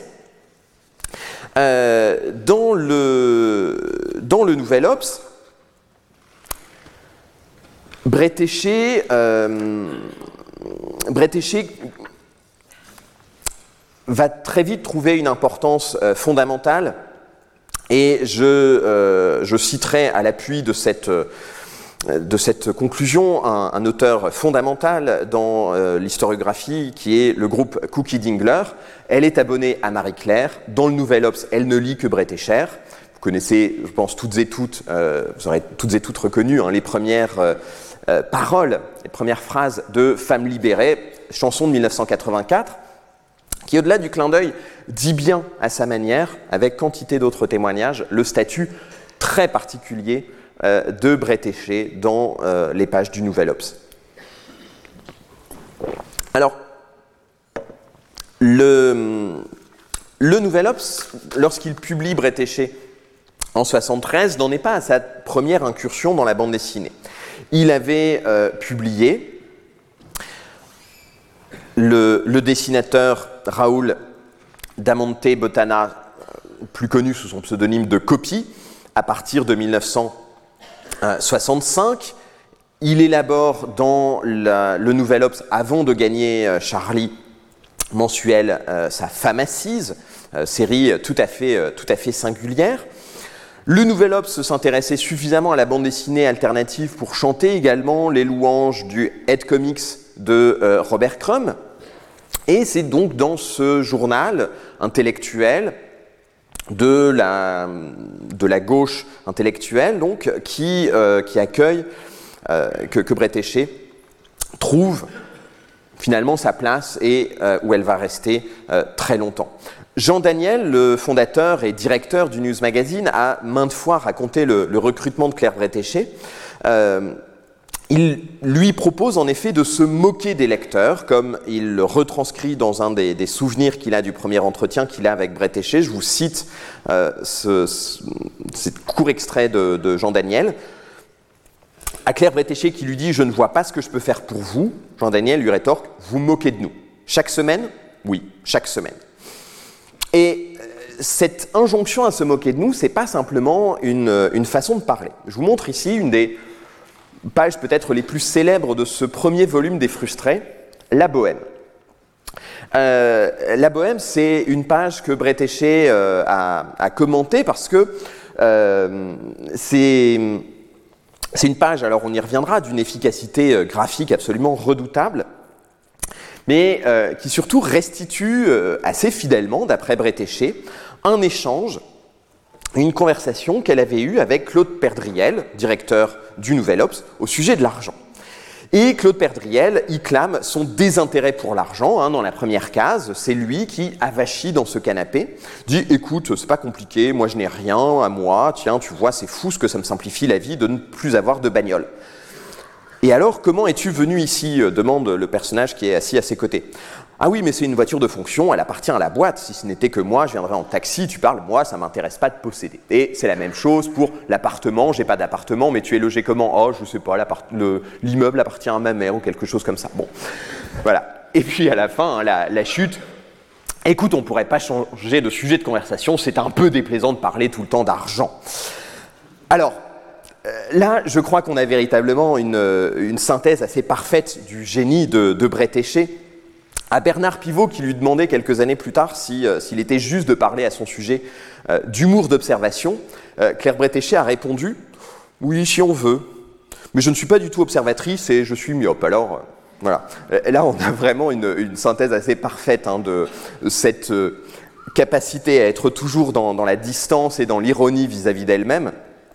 Dans le Nouvel Obs, Bretéché va très vite trouver une importance fondamentale et je citerai à l'appui de cette conclusion un auteur fondamental dans l'historiographie qui est le groupe Cookie Dingler. Elle est abonnée à Marie-Claire. Dans le Nouvel Obs, elle ne lit que Bretécher. Vous connaissez, je pense, vous aurez toutes et toutes reconnu les premières paroles, les premières phrases de Femmes libérées, chanson de 1984, qui, au-delà du clin d'œil, dit bien à sa manière, avec quantité d'autres témoignages, le statut très particulier de Bretéché dans les pages du Nouvel Obs. Alors, le Nouvel Obs, lorsqu'il publie Bretéché en 1973, n'en est pas à sa première incursion dans la bande dessinée. Il avait publié le dessinateur Raoul Damonte Botana, plus connu sous son pseudonyme de Copy, à partir de 1965. Il élabore dans le Nouvel Obs, avant de gagner Charlie mensuel, sa Femme assise, série tout à fait singulière. Le Nouvel Obs s'intéressait suffisamment à la bande dessinée alternative pour chanter également les louanges du Head Comics de Robert Crumb. Et c'est donc dans ce journal intellectuel de la gauche intellectuelle donc, qui accueille que Bretéché trouve finalement sa place et où elle va rester très longtemps. Jean Daniel, le fondateur et directeur du News Magazine, a maintes fois raconté le recrutement de Claire Bretéché. Il lui propose en effet de se moquer des lecteurs, comme il le retranscrit dans un des souvenirs qu'il a du premier entretien qu'il a avec Bretéché. Je vous cite ce court extrait de Jean Daniel. À Claire Bretéché qui lui dit « Je ne vois pas ce que je peux faire pour vous », Jean Daniel lui rétorque « Vous moquez de nous. Chaque semaine ?» Oui, chaque semaine. Et cette injonction à se moquer de nous, c'est pas simplement une façon de parler. Je vous montre ici une des pages peut-être les plus célèbres de ce premier volume des Frustrés, La Bohème. La Bohème, c'est une page que Bretéché a commentée parce que c'est une page, alors on y reviendra, d'une efficacité graphique absolument redoutable, mais qui surtout restitue assez fidèlement, d'après Bretéché, un échange, une conversation qu'elle avait eue avec Claude Perdriel, directeur du Nouvel Obs, au sujet de l'argent. Et Claude Perdriel y clame son désintérêt pour l'argent, dans la première case, c'est lui qui, avachi dans ce canapé, dit « Écoute, c'est pas compliqué, moi je n'ai rien à moi, tiens, tu vois, c'est fou ce que ça me simplifie la vie de ne plus avoir de bagnole. » Et alors, comment es-tu venu ici demande le personnage qui est assis à ses côtés. Ah oui, mais c'est une voiture de fonction, elle appartient à la boîte. Si ce n'était que moi, je viendrais en taxi, tu parles, moi, ça m'intéresse pas de posséder. Et c'est la même chose pour l'appartement, j'ai pas d'appartement, mais tu es logé comment? Oh, je sais pas, l'immeuble appartient à ma mère ou quelque chose comme ça. Bon, voilà. Et puis à la fin, la chute. Écoute, on pourrait pas changer de sujet de conversation, c'est un peu déplaisant de parler tout le temps d'argent. Alors, là, je crois qu'on a véritablement une synthèse assez parfaite du génie de Bretéché. À Bernard Pivot, qui lui demandait quelques années plus tard s'il était juste de parler à son sujet d'humour d'observation, Claire Bretéché a répondu « Oui, si on veut, mais je ne suis pas du tout observatrice et je suis myope. » Alors, voilà. Là, on a vraiment une synthèse assez parfaite de cette capacité à être toujours dans la distance et dans l'ironie vis-à-vis d'elle-même.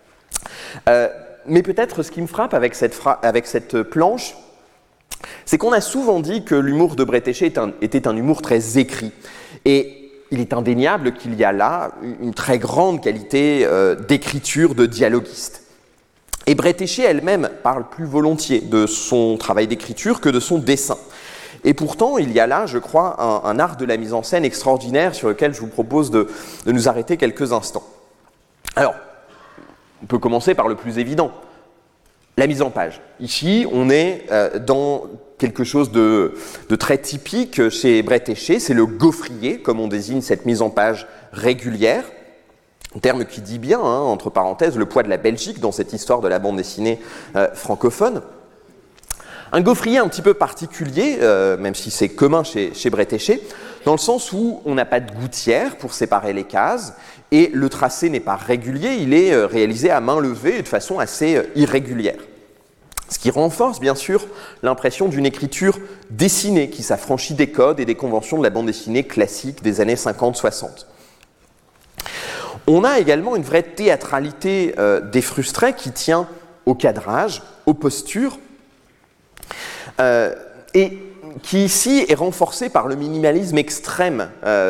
Mais peut-être ce qui me frappe avec cette planche, c'est qu'on a souvent dit que l'humour de Bretéché était un humour très écrit. Et il est indéniable qu'il y a là une très grande qualité d'écriture de dialoguiste. Et Bretéché elle-même parle plus volontiers de son travail d'écriture que de son dessin. Et pourtant, il y a là, je crois, un art de la mise en scène extraordinaire sur lequel je vous propose de nous arrêter quelques instants. Alors, on peut commencer par le plus évident. La mise en page. Ici, on est dans quelque chose de très typique chez Bretéché, c'est le gaufrier, comme on désigne cette mise en page régulière, un terme qui dit bien, entre parenthèses, le poids de la Belgique dans cette histoire de la bande dessinée francophone. Un gaufrier un petit peu particulier, même si c'est commun chez Bretéché, dans le sens où on n'a pas de gouttière pour séparer les cases, et le tracé n'est pas régulier, il est réalisé à main levée et de façon assez irrégulière. Ce qui renforce bien sûr l'impression d'une écriture dessinée qui s'affranchit des codes et des conventions de la bande dessinée classique des années 50-60. On a également une vraie théâtralité des frustrés qui tient au cadrage, aux postures, et qui ici est renforcée par le minimalisme extrême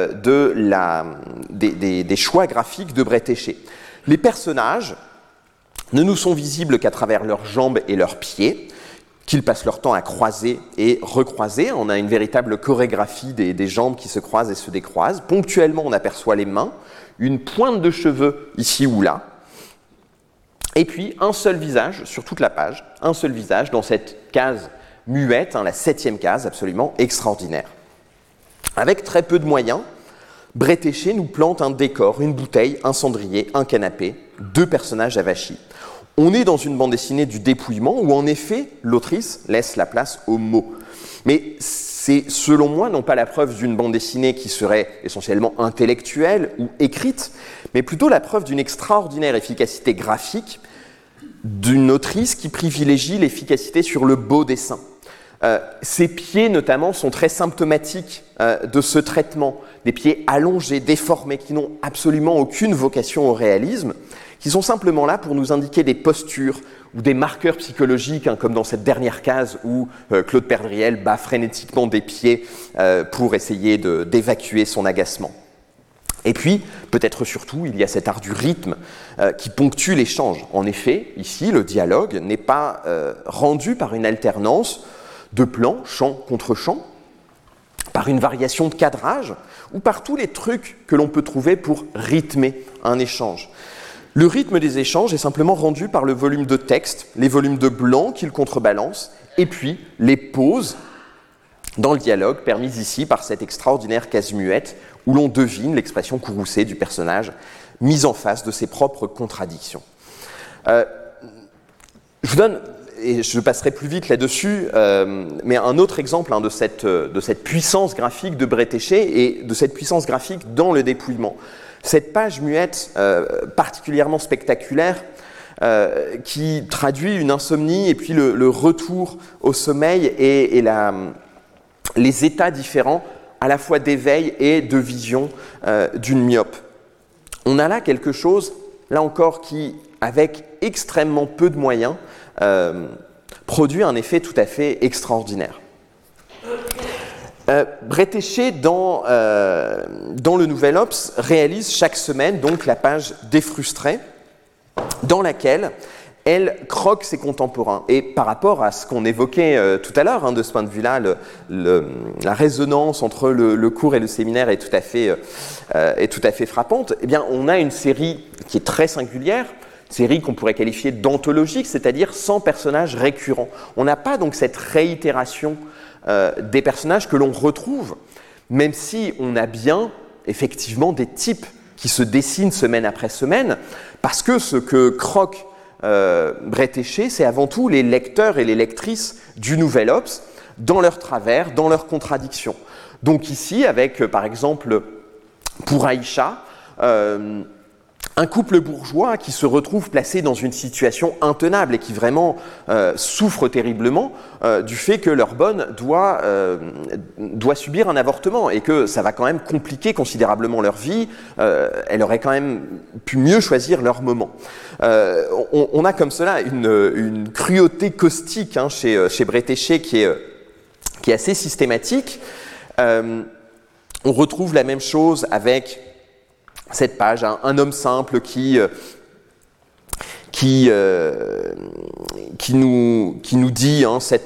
des choix graphiques de Bretéché. Les personnages ne nous sont visibles qu'à travers leurs jambes et leurs pieds, qu'ils passent leur temps à croiser et recroiser. On a une véritable chorégraphie des jambes qui se croisent et se décroisent. Ponctuellement, on aperçoit les mains, une pointe de cheveux ici ou là, et puis un seul visage sur toute la page, un seul visage dans cette case muette, la 7e case, absolument extraordinaire. Avec très peu de moyens, Bretéché nous plante un décor, une bouteille, un cendrier, un canapé, 2 personnages avachis. On est dans une bande dessinée du dépouillement où, en effet, l'autrice laisse la place aux mots. Mais c'est, selon moi, non pas la preuve d'une bande dessinée qui serait essentiellement intellectuelle ou écrite, mais plutôt la preuve d'une extraordinaire efficacité graphique d'une autrice qui privilégie l'efficacité sur le beau dessin. Ses pieds, notamment, sont très symptomatiques de ce traitement. Des pieds allongés, déformés, qui n'ont absolument aucune vocation au réalisme, qui sont simplement là pour nous indiquer des postures ou des marqueurs psychologiques, comme dans cette dernière case où Claude Perdriel bat frénétiquement des pieds pour essayer d'évacuer son agacement. Et puis, peut-être surtout, il y a cet art du rythme qui ponctue l'échange. En effet, ici, le dialogue n'est pas rendu par une alternance de plans, chant contre chant, par une variation de cadrage, ou par tous les trucs que l'on peut trouver pour rythmer un échange. Le rythme des échanges est simplement rendu par le volume de texte, les volumes de blanc qu'il contrebalance, et puis les pauses dans le dialogue permises ici par cette extraordinaire case muette où l'on devine l'expression courroucée du personnage mise en face de ses propres contradictions. Je vous donne, et je passerai plus vite là-dessus, mais un autre exemple de cette puissance graphique de Bretéché et de cette puissance graphique dans le dépouillement. Cette page muette particulièrement spectaculaire qui traduit une insomnie et puis le retour au sommeil et les états différents à la fois d'éveil et de vision d'une myope. On a là quelque chose, là encore, qui, avec extrêmement peu de moyens, produit un effet tout à fait extraordinaire. Bretéché, dans le Nouvel Obs, réalise chaque semaine donc la page des frustrés, dans laquelle elle croque ses contemporains. Et par rapport à ce qu'on évoquait tout à l'heure, de ce point de vue-là, la résonance entre le cours et le séminaire est tout à fait frappante. Eh bien, on a une série qui est très singulière, une série qu'on pourrait qualifier d'anthologique, c'est-à-dire sans personnages récurrents. On n'a pas donc cette réitération des personnages que l'on retrouve, même si on a bien, effectivement, des types qui se dessinent semaine après semaine, parce que ce que croque Bretéché, c'est avant tout les lecteurs et les lectrices du Nouvel Obs, dans leurs travers, dans leurs contradictions. Donc ici, avec, par exemple, pour Aïcha, un couple bourgeois qui se retrouve placé dans une situation intenable et qui vraiment souffre terriblement du fait que leur bonne doit subir un avortement et que ça va quand même compliquer considérablement leur vie. Elle aurait quand même pu mieux choisir leur moment. On a comme cela une cruauté caustique chez Bretéché qui est assez systématique. On retrouve la même chose avec cette page, un homme simple qui nous dit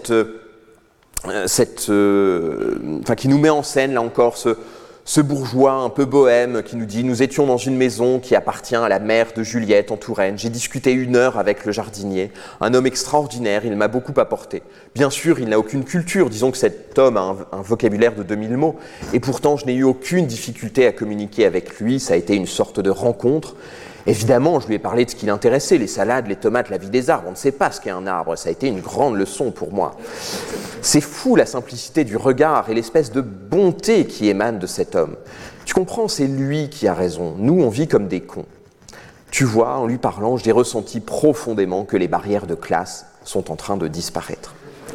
qui nous met en scène là encore ce bourgeois un peu bohème qui nous dit « Nous étions dans une maison qui appartient à la mère de Juliette en Touraine. J'ai discuté 1 heure avec le jardinier. Un homme extraordinaire, il m'a beaucoup apporté. Bien sûr, il n'a aucune culture. Disons que cet homme a un vocabulaire de 2000 mots. Et pourtant, je n'ai eu aucune difficulté à communiquer avec lui. Ça a été une sorte de rencontre. Évidemment, je lui ai parlé de ce qui l'intéressait, les salades, les tomates, la vie des arbres. On ne sait pas ce qu'est un arbre. Ça a été une grande leçon pour moi. C'est fou la simplicité du regard et l'espèce de bonté qui émane de cet homme. Tu comprends, c'est lui qui a raison. Nous, on vit comme des cons. Tu vois, en lui parlant, j'ai ressenti profondément que les barrières de classe sont en train de disparaître.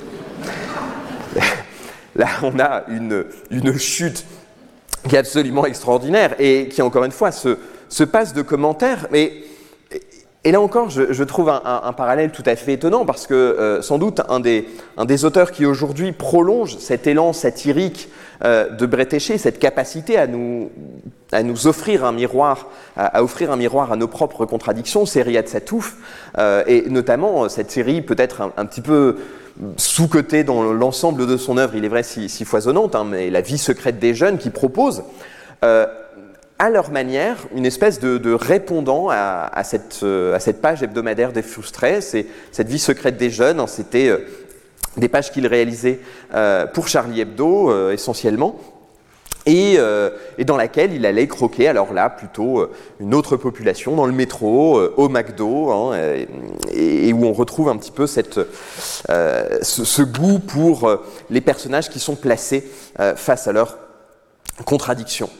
Là, on a une chute qui est absolument extraordinaire et qui, encore une fois, se se passe de commentaires, mais et là encore, je trouve un parallèle tout à fait étonnant parce que sans doute un des auteurs qui aujourd'hui prolonge cet élan satirique de Bretéché, cette capacité à nous offrir un miroir, à offrir un miroir à nos propres contradictions, c'est Riyad Sattouf, et notamment cette série peut-être un petit peu sous-cotée dans l'ensemble de son œuvre, il est vrai si foisonnante, hein, mais La vie secrète des jeunes, qui propose à leur manière, une espèce de répondant à cette page hebdomadaire des frustrés. C'est cette vie secrète des jeunes, hein, c'était des pages qu'il réalisait pour Charlie Hebdo essentiellement, et dans laquelle il allait croquer, alors là plutôt une autre population, dans le métro, au McDo, hein, et où on retrouve un petit peu ce goût pour les personnages qui sont placés face à leurs contradictions.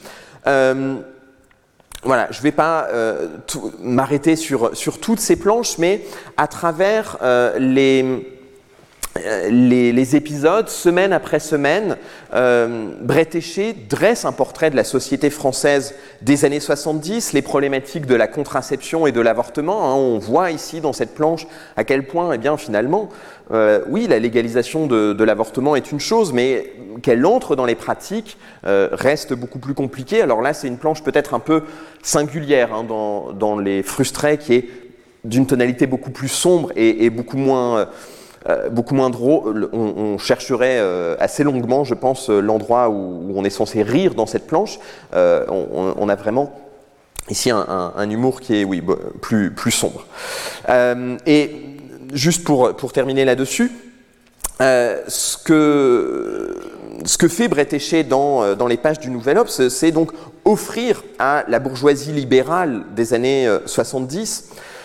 Voilà, je ne vais pas m'arrêter sur toutes ces planches, mais à travers les épisodes, semaine après semaine, Bretéché dresse un portrait de la société française des années 70, les problématiques de la contraception et de l'avortement. Hein, on voit ici dans cette planche à quel point, eh bien, finalement, oui, la légalisation de l'avortement est une chose, mais qu'elle entre dans les pratiques reste beaucoup plus compliquée. Alors là, c'est une planche peut-être un peu singulière hein, dans Les Frustrés, qui est d'une tonalité beaucoup plus sombre et beaucoup moins drôle. On chercherait assez longuement, je pense, l'endroit où on est censé rire dans cette planche. On a vraiment ici un humour qui est, oui, plus sombre. Et juste pour terminer là-dessus, ce que fait Bretéché dans les pages du Nouvel Obs, c'est donc offrir à la bourgeoisie libérale des années 70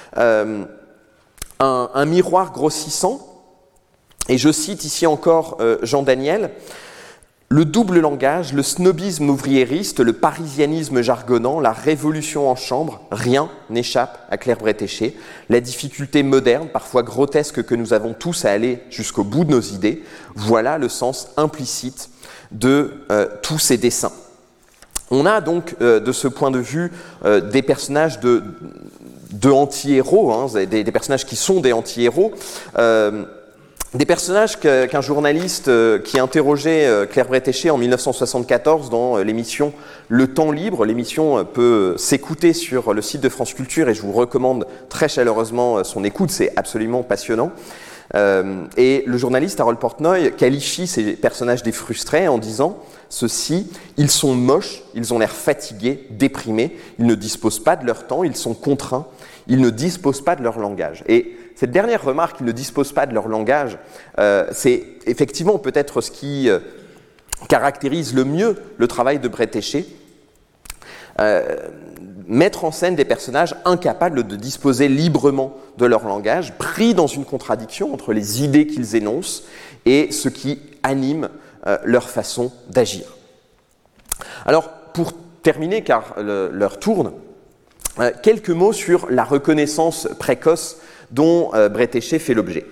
un miroir grossissant. Et je cite ici encore Jean Daniel, « Le double langage, le snobisme ouvriériste, le parisianisme jargonnant, la révolution en chambre, rien n'échappe à Claire Bretéché. La difficulté moderne, parfois grotesque, que nous avons tous à aller jusqu'au bout de nos idées, voilà le sens implicite de tous ces dessins. » On a donc, de ce point de vue, des personnages de anti-héros, hein, des personnages qui sont des anti-héros, des personnages qu'un journaliste qui interrogeait Claire Bretéché en 1974 dans l'émission Le Temps Libre. L'émission peut s'écouter sur le site de France Culture et je vous recommande très chaleureusement son écoute, c'est absolument passionnant. Et le journaliste Harold Portnoy qualifie ces personnages des frustrés en disant ceci: ils sont moches, ils ont l'air fatigués, déprimés, ils ne disposent pas de leur temps, ils sont contraints, ils ne disposent pas de leur langage. Et cette dernière remarque, ils ne disposent pas de leur langage, c'est effectivement peut-être ce qui caractérise le mieux le travail de Bretéché. Mettre en scène des personnages incapables de disposer librement de leur langage, pris dans une contradiction entre les idées qu'ils énoncent et ce qui anime leur façon d'agir. Alors, pour terminer, car l'heure tourne, quelques mots sur la reconnaissance précoce dont Bretéché fait l'objet.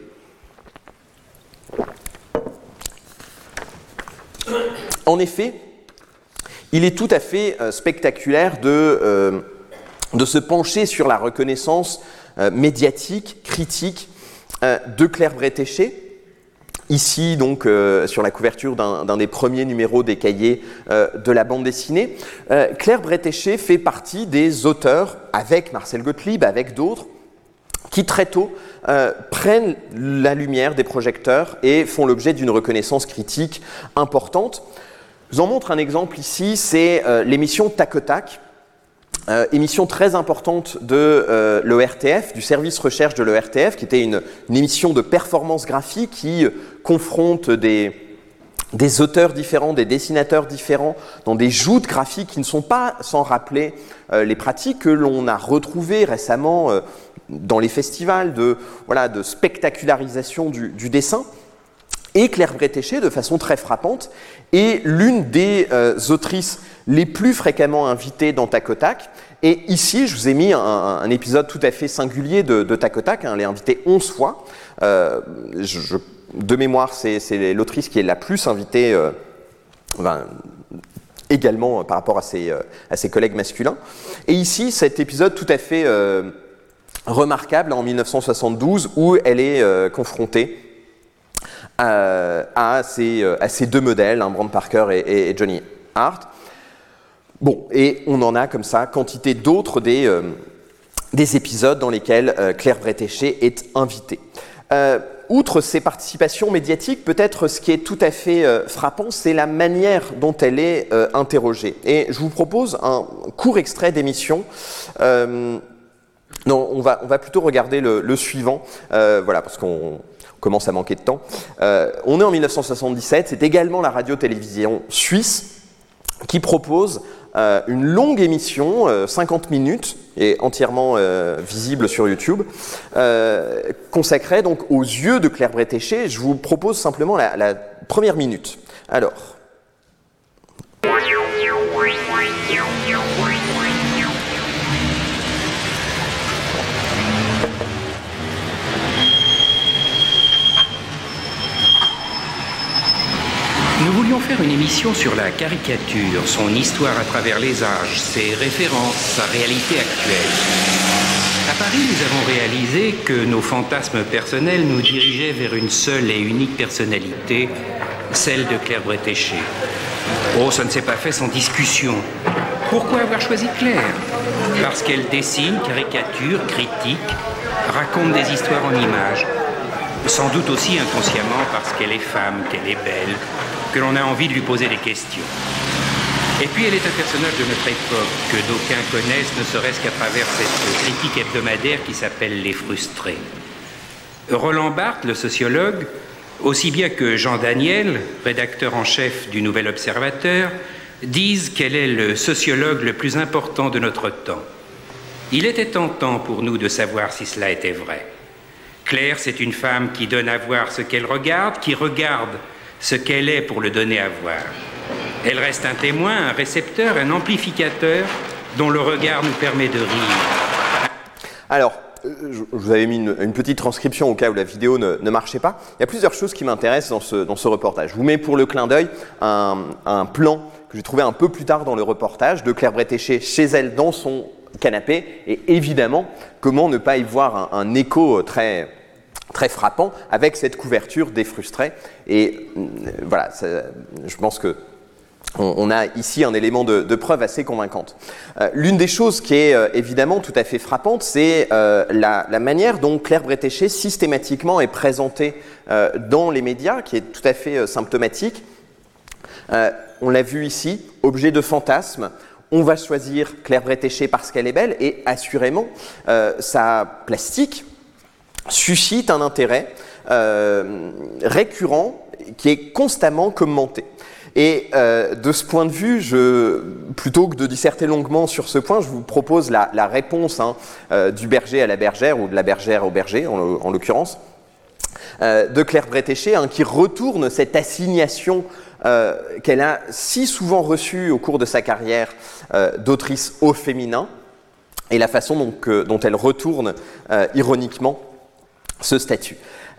En effet, il est tout à fait spectaculaire de se pencher sur la reconnaissance médiatique, critique de Claire Bretéché. Ici, donc, sur la couverture d'un des premiers numéros des cahiers de la bande dessinée, Claire Bretéché fait partie des auteurs, avec Marcel Gottlieb, avec d'autres, qui très tôt prennent la lumière des projecteurs et font l'objet d'une reconnaissance critique importante. Je vous en montre un exemple ici, c'est l'émission Tac au Tac, émission très importante de l'ORTF, du service recherche de l'ORTF, qui était une émission de performance graphique qui confronte des auteurs différents, des dessinateurs différents, dans des joutes graphiques qui ne sont pas sans rappeler les pratiques que l'on a retrouvées récemment dans les festivals de spectacularisation du dessin. Et Claire Bretéché, de façon très frappante, est l'une des autrices les plus fréquemment invitées dans Tac au Tac. Et ici, je vous ai mis un épisode tout à fait singulier de Tac au Tac. Elle est invitée 11 fois. De mémoire, c'est l'autrice qui est la plus invitée, également par rapport à ses collègues masculins. Et ici, cet épisode tout à fait remarquable en 1972 où elle est confrontée à ces deux modèles, Brand Parker et Johnny Hart. Bon, et on en a comme ça quantité d'autres des épisodes dans lesquels Claire Bretéché est invitée. Outre ses participations médiatiques, peut-être ce qui est tout à fait frappant, c'est la manière dont elle est interrogée. Et je vous propose un court extrait d'émission. Non, on va plutôt regarder le suivant, voilà, parce qu'on commence à manquer de temps. On est en 1977, c'est également la radio-télévision suisse qui propose une longue émission, 50 minutes, et entièrement visible sur YouTube, consacrée donc aux yeux de Claire Bretéché. Je vous propose simplement la première minute. Alors. Nous voulions faire une émission sur la caricature, son histoire à travers les âges, ses références, sa réalité actuelle. À Paris, nous avons réalisé que nos fantasmes personnels nous dirigeaient vers une seule et unique personnalité, celle de Claire Bretéché. Oh, ça ne s'est pas fait sans discussion. Pourquoi avoir choisi Claire? Parce qu'elle dessine, caricature, critique, raconte des histoires en images. Sans doute aussi inconsciemment parce qu'elle est femme, qu'elle est belle, que l'on a envie de lui poser des questions. Et puis elle est un personnage de notre époque que d'aucuns connaissent ne serait-ce qu'à travers cette critique hebdomadaire qui s'appelle Les Frustrés. Roland Barthes, le sociologue, aussi bien que Jean Daniel, rédacteur en chef du Nouvel Observateur, disent qu'elle est le sociologue le plus important de notre temps. Il était tentant pour nous de savoir si cela était vrai. Claire, c'est une femme qui donne à voir ce qu'elle regarde, qui regarde ce qu'elle est pour le donner à voir. Elle reste un témoin, un récepteur, un amplificateur dont le regard nous permet de rire. Alors, je vous avais mis une petite transcription au cas où la vidéo ne marchait pas. Il y a plusieurs choses qui m'intéressent dans ce reportage. Je vous mets pour le clin d'œil un plan que j'ai trouvé un peu plus tard dans le reportage de Claire Bretéché chez elle dans son canapé. Et évidemment, comment ne pas y voir un écho très frappant avec cette couverture des Frustrés. Et voilà, je pense que on a ici un élément de preuve assez convaincante. L'une des choses qui est évidemment tout à fait frappante, c'est la manière dont Claire Bretéché systématiquement est présentée dans les médias, qui est tout à fait symptomatique. On l'a vu ici, objet de fantasme. On va choisir Claire Bretéché parce qu'elle est belle, et assurément, sa plastique suscite un intérêt récurrent qui est constamment commenté. Et de ce point de vue, plutôt que de disserter longuement sur ce point, je vous propose la réponse du berger à la bergère, ou de la bergère au berger en l'occurrence, de Claire Bretéché, qui retourne cette assignation qu'elle a si souvent reçue au cours de sa carrière d'autrice au féminin, et la façon dont elle retourne ironiquement ce statut.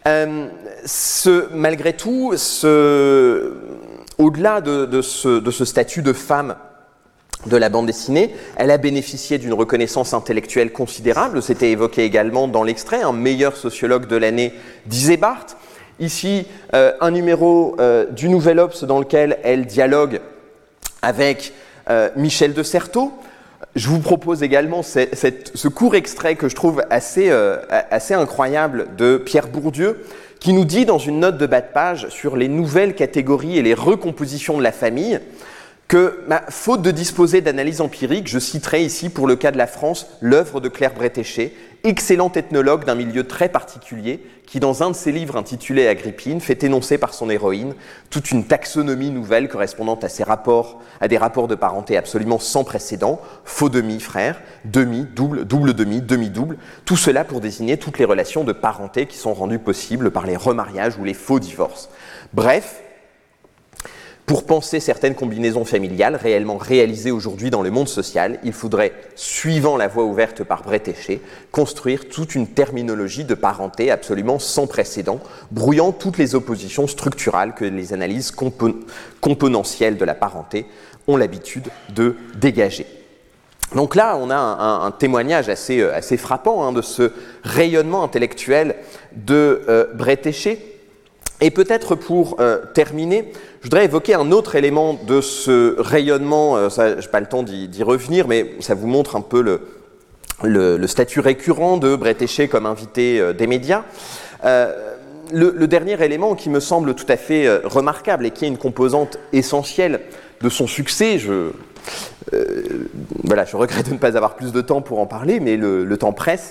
Malgré tout, au-delà de ce statut de femme de la bande dessinée, elle a bénéficié d'une reconnaissance intellectuelle considérable. C'était évoqué également dans l'extrait. Un meilleur sociologue de l'année, disait Barthes. Ici, un numéro du Nouvel Obs dans lequel elle dialogue avec Michel de Certeau. Je vous propose également ce court extrait que je trouve assez incroyable de Pierre Bourdieu, qui nous dit dans une note de bas de page sur les nouvelles catégories et les recompositions de la famille que, faute de disposer d'analyses empiriques, je citerai ici pour le cas de la France l'œuvre de Claire Bretéché, excellente ethnologue d'un milieu très particulier, qui dans un de ses livres intitulé Agrippine fait énoncer par son héroïne toute une taxonomie nouvelle correspondant à des rapports de parenté absolument sans précédent, faux demi frère, demi, double, double demi, demi-double, tout cela pour désigner toutes les relations de parenté qui sont rendues possibles par les remariages ou les faux divorces. Bref, Pour penser certaines combinaisons familiales réellement réalisées aujourd'hui dans le monde social, il faudrait, suivant la voie ouverte par Bretéché, construire toute une terminologie de parenté absolument sans précédent, brouillant toutes les oppositions structurales que les analyses componentielles de la parenté ont l'habitude de dégager. Donc là, on a un témoignage assez frappant de ce rayonnement intellectuel de Bretéché. Et peut-être pour terminer, je voudrais évoquer un autre élément de ce rayonnement, je n'ai pas le temps d'y revenir, mais ça vous montre un peu le statut récurrent de Bretéché comme invité des médias. Le dernier élément qui me semble tout à fait remarquable et qui est une composante essentielle de son succès, je regrette de ne pas avoir plus de temps pour en parler, mais le temps presse,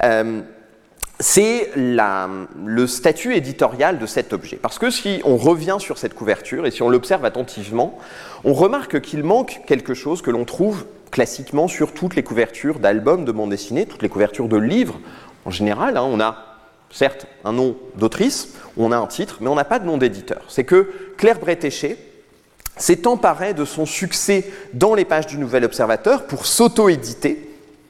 c'est le statut éditorial de cet objet. Parce que si on revient sur cette couverture et si on l'observe attentivement, on remarque qu'il manque quelque chose que l'on trouve classiquement sur toutes les couvertures d'albums de bande dessinée, toutes les couvertures de livres en général. On a certes un nom d'autrice, on a un titre, mais on n'a pas de nom d'éditeur. C'est que Claire Bretéché s'est emparée de son succès dans les pages du Nouvel Observateur pour s'auto-éditer,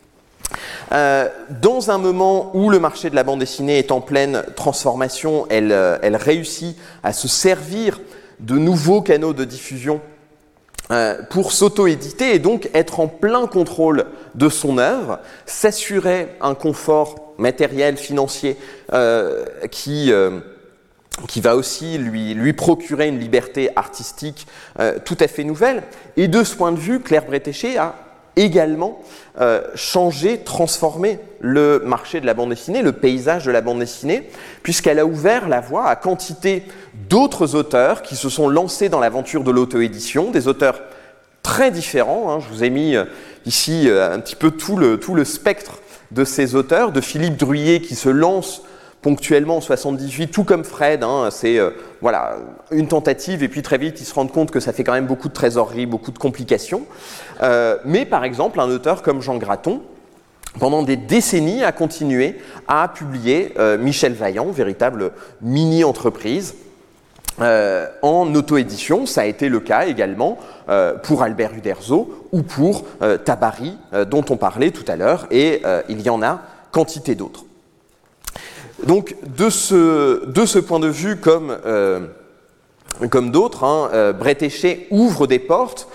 dans un moment où le marché de la bande dessinée est en pleine transformation, elle réussit à se servir de nouveaux canaux de diffusion pour s'auto-éditer et donc être en plein contrôle de son œuvre, s'assurer un confort matériel, financier qui va aussi lui procurer une liberté artistique tout à fait nouvelle. Et de ce point de vue, Claire Bretéché a également changé, transformé le marché de la bande dessinée, le paysage de la bande dessinée, puisqu'elle a ouvert la voie à quantité d'autres auteurs qui se sont lancés dans l'aventure de l'auto-édition, des auteurs très différents. Je vous ai mis ici un petit peu tout le spectre de ces auteurs, de Philippe Druillet qui se lance ponctuellement en 78, tout comme Fred, c'est une tentative et puis très vite ils se rendent compte que ça fait quand même beaucoup de trésorerie, beaucoup de complications. Mais par exemple, un auteur comme Jean Graton, pendant des décennies, a continué à publier Michel Vaillant, véritable mini-entreprise, en auto-édition. Ça a été le cas également pour Albert Uderzo ou pour Tabary, dont on parlait tout à l'heure, et il y en a quantité d'autres. Donc, de ce point de vue, comme d'autres, Bretéché ouvre des portes.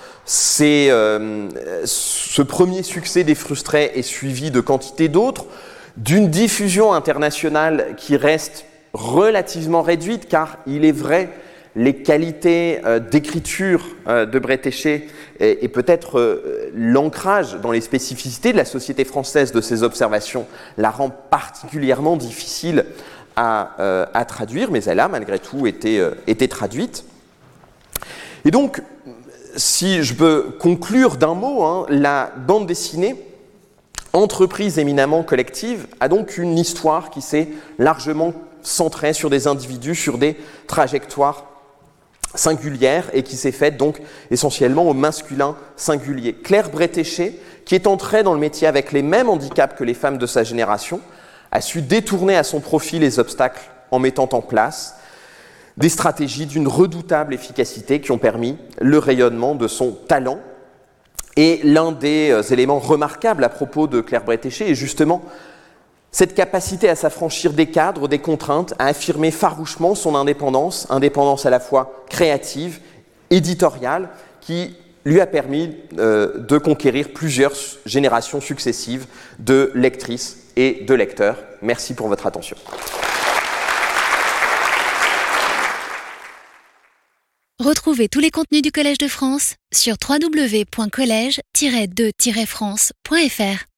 Ce premier succès des Frustrés est suivi de quantité d'autres, d'une diffusion internationale qui reste relativement réduite, car il est vrai, les qualités d'écriture de Bretéché et peut-être l'ancrage dans les spécificités de la société française de ses observations la rend particulièrement difficile à traduire, mais elle a malgré tout été traduite. Et donc, si je peux conclure d'un mot, la bande dessinée, entreprise éminemment collective, a donc une histoire qui s'est largement centrée sur des individus, sur des trajectoires singulière et qui s'est faite donc essentiellement au masculin singulier. Claire Bretéché, qui est entrée dans le métier avec les mêmes handicaps que les femmes de sa génération, a su détourner à son profit les obstacles en mettant en place des stratégies d'une redoutable efficacité qui ont permis le rayonnement de son talent. Et l'un des éléments remarquables à propos de Claire Bretéché est justement cette capacité à s'affranchir des cadres, des contraintes, à affirmer farouchement son indépendance à la fois créative, éditoriale, qui lui a permis de conquérir plusieurs générations successives de lectrices et de lecteurs. Merci pour votre attention. Retrouvez tous les contenus du Collège de France sur www.college-2-france.fr.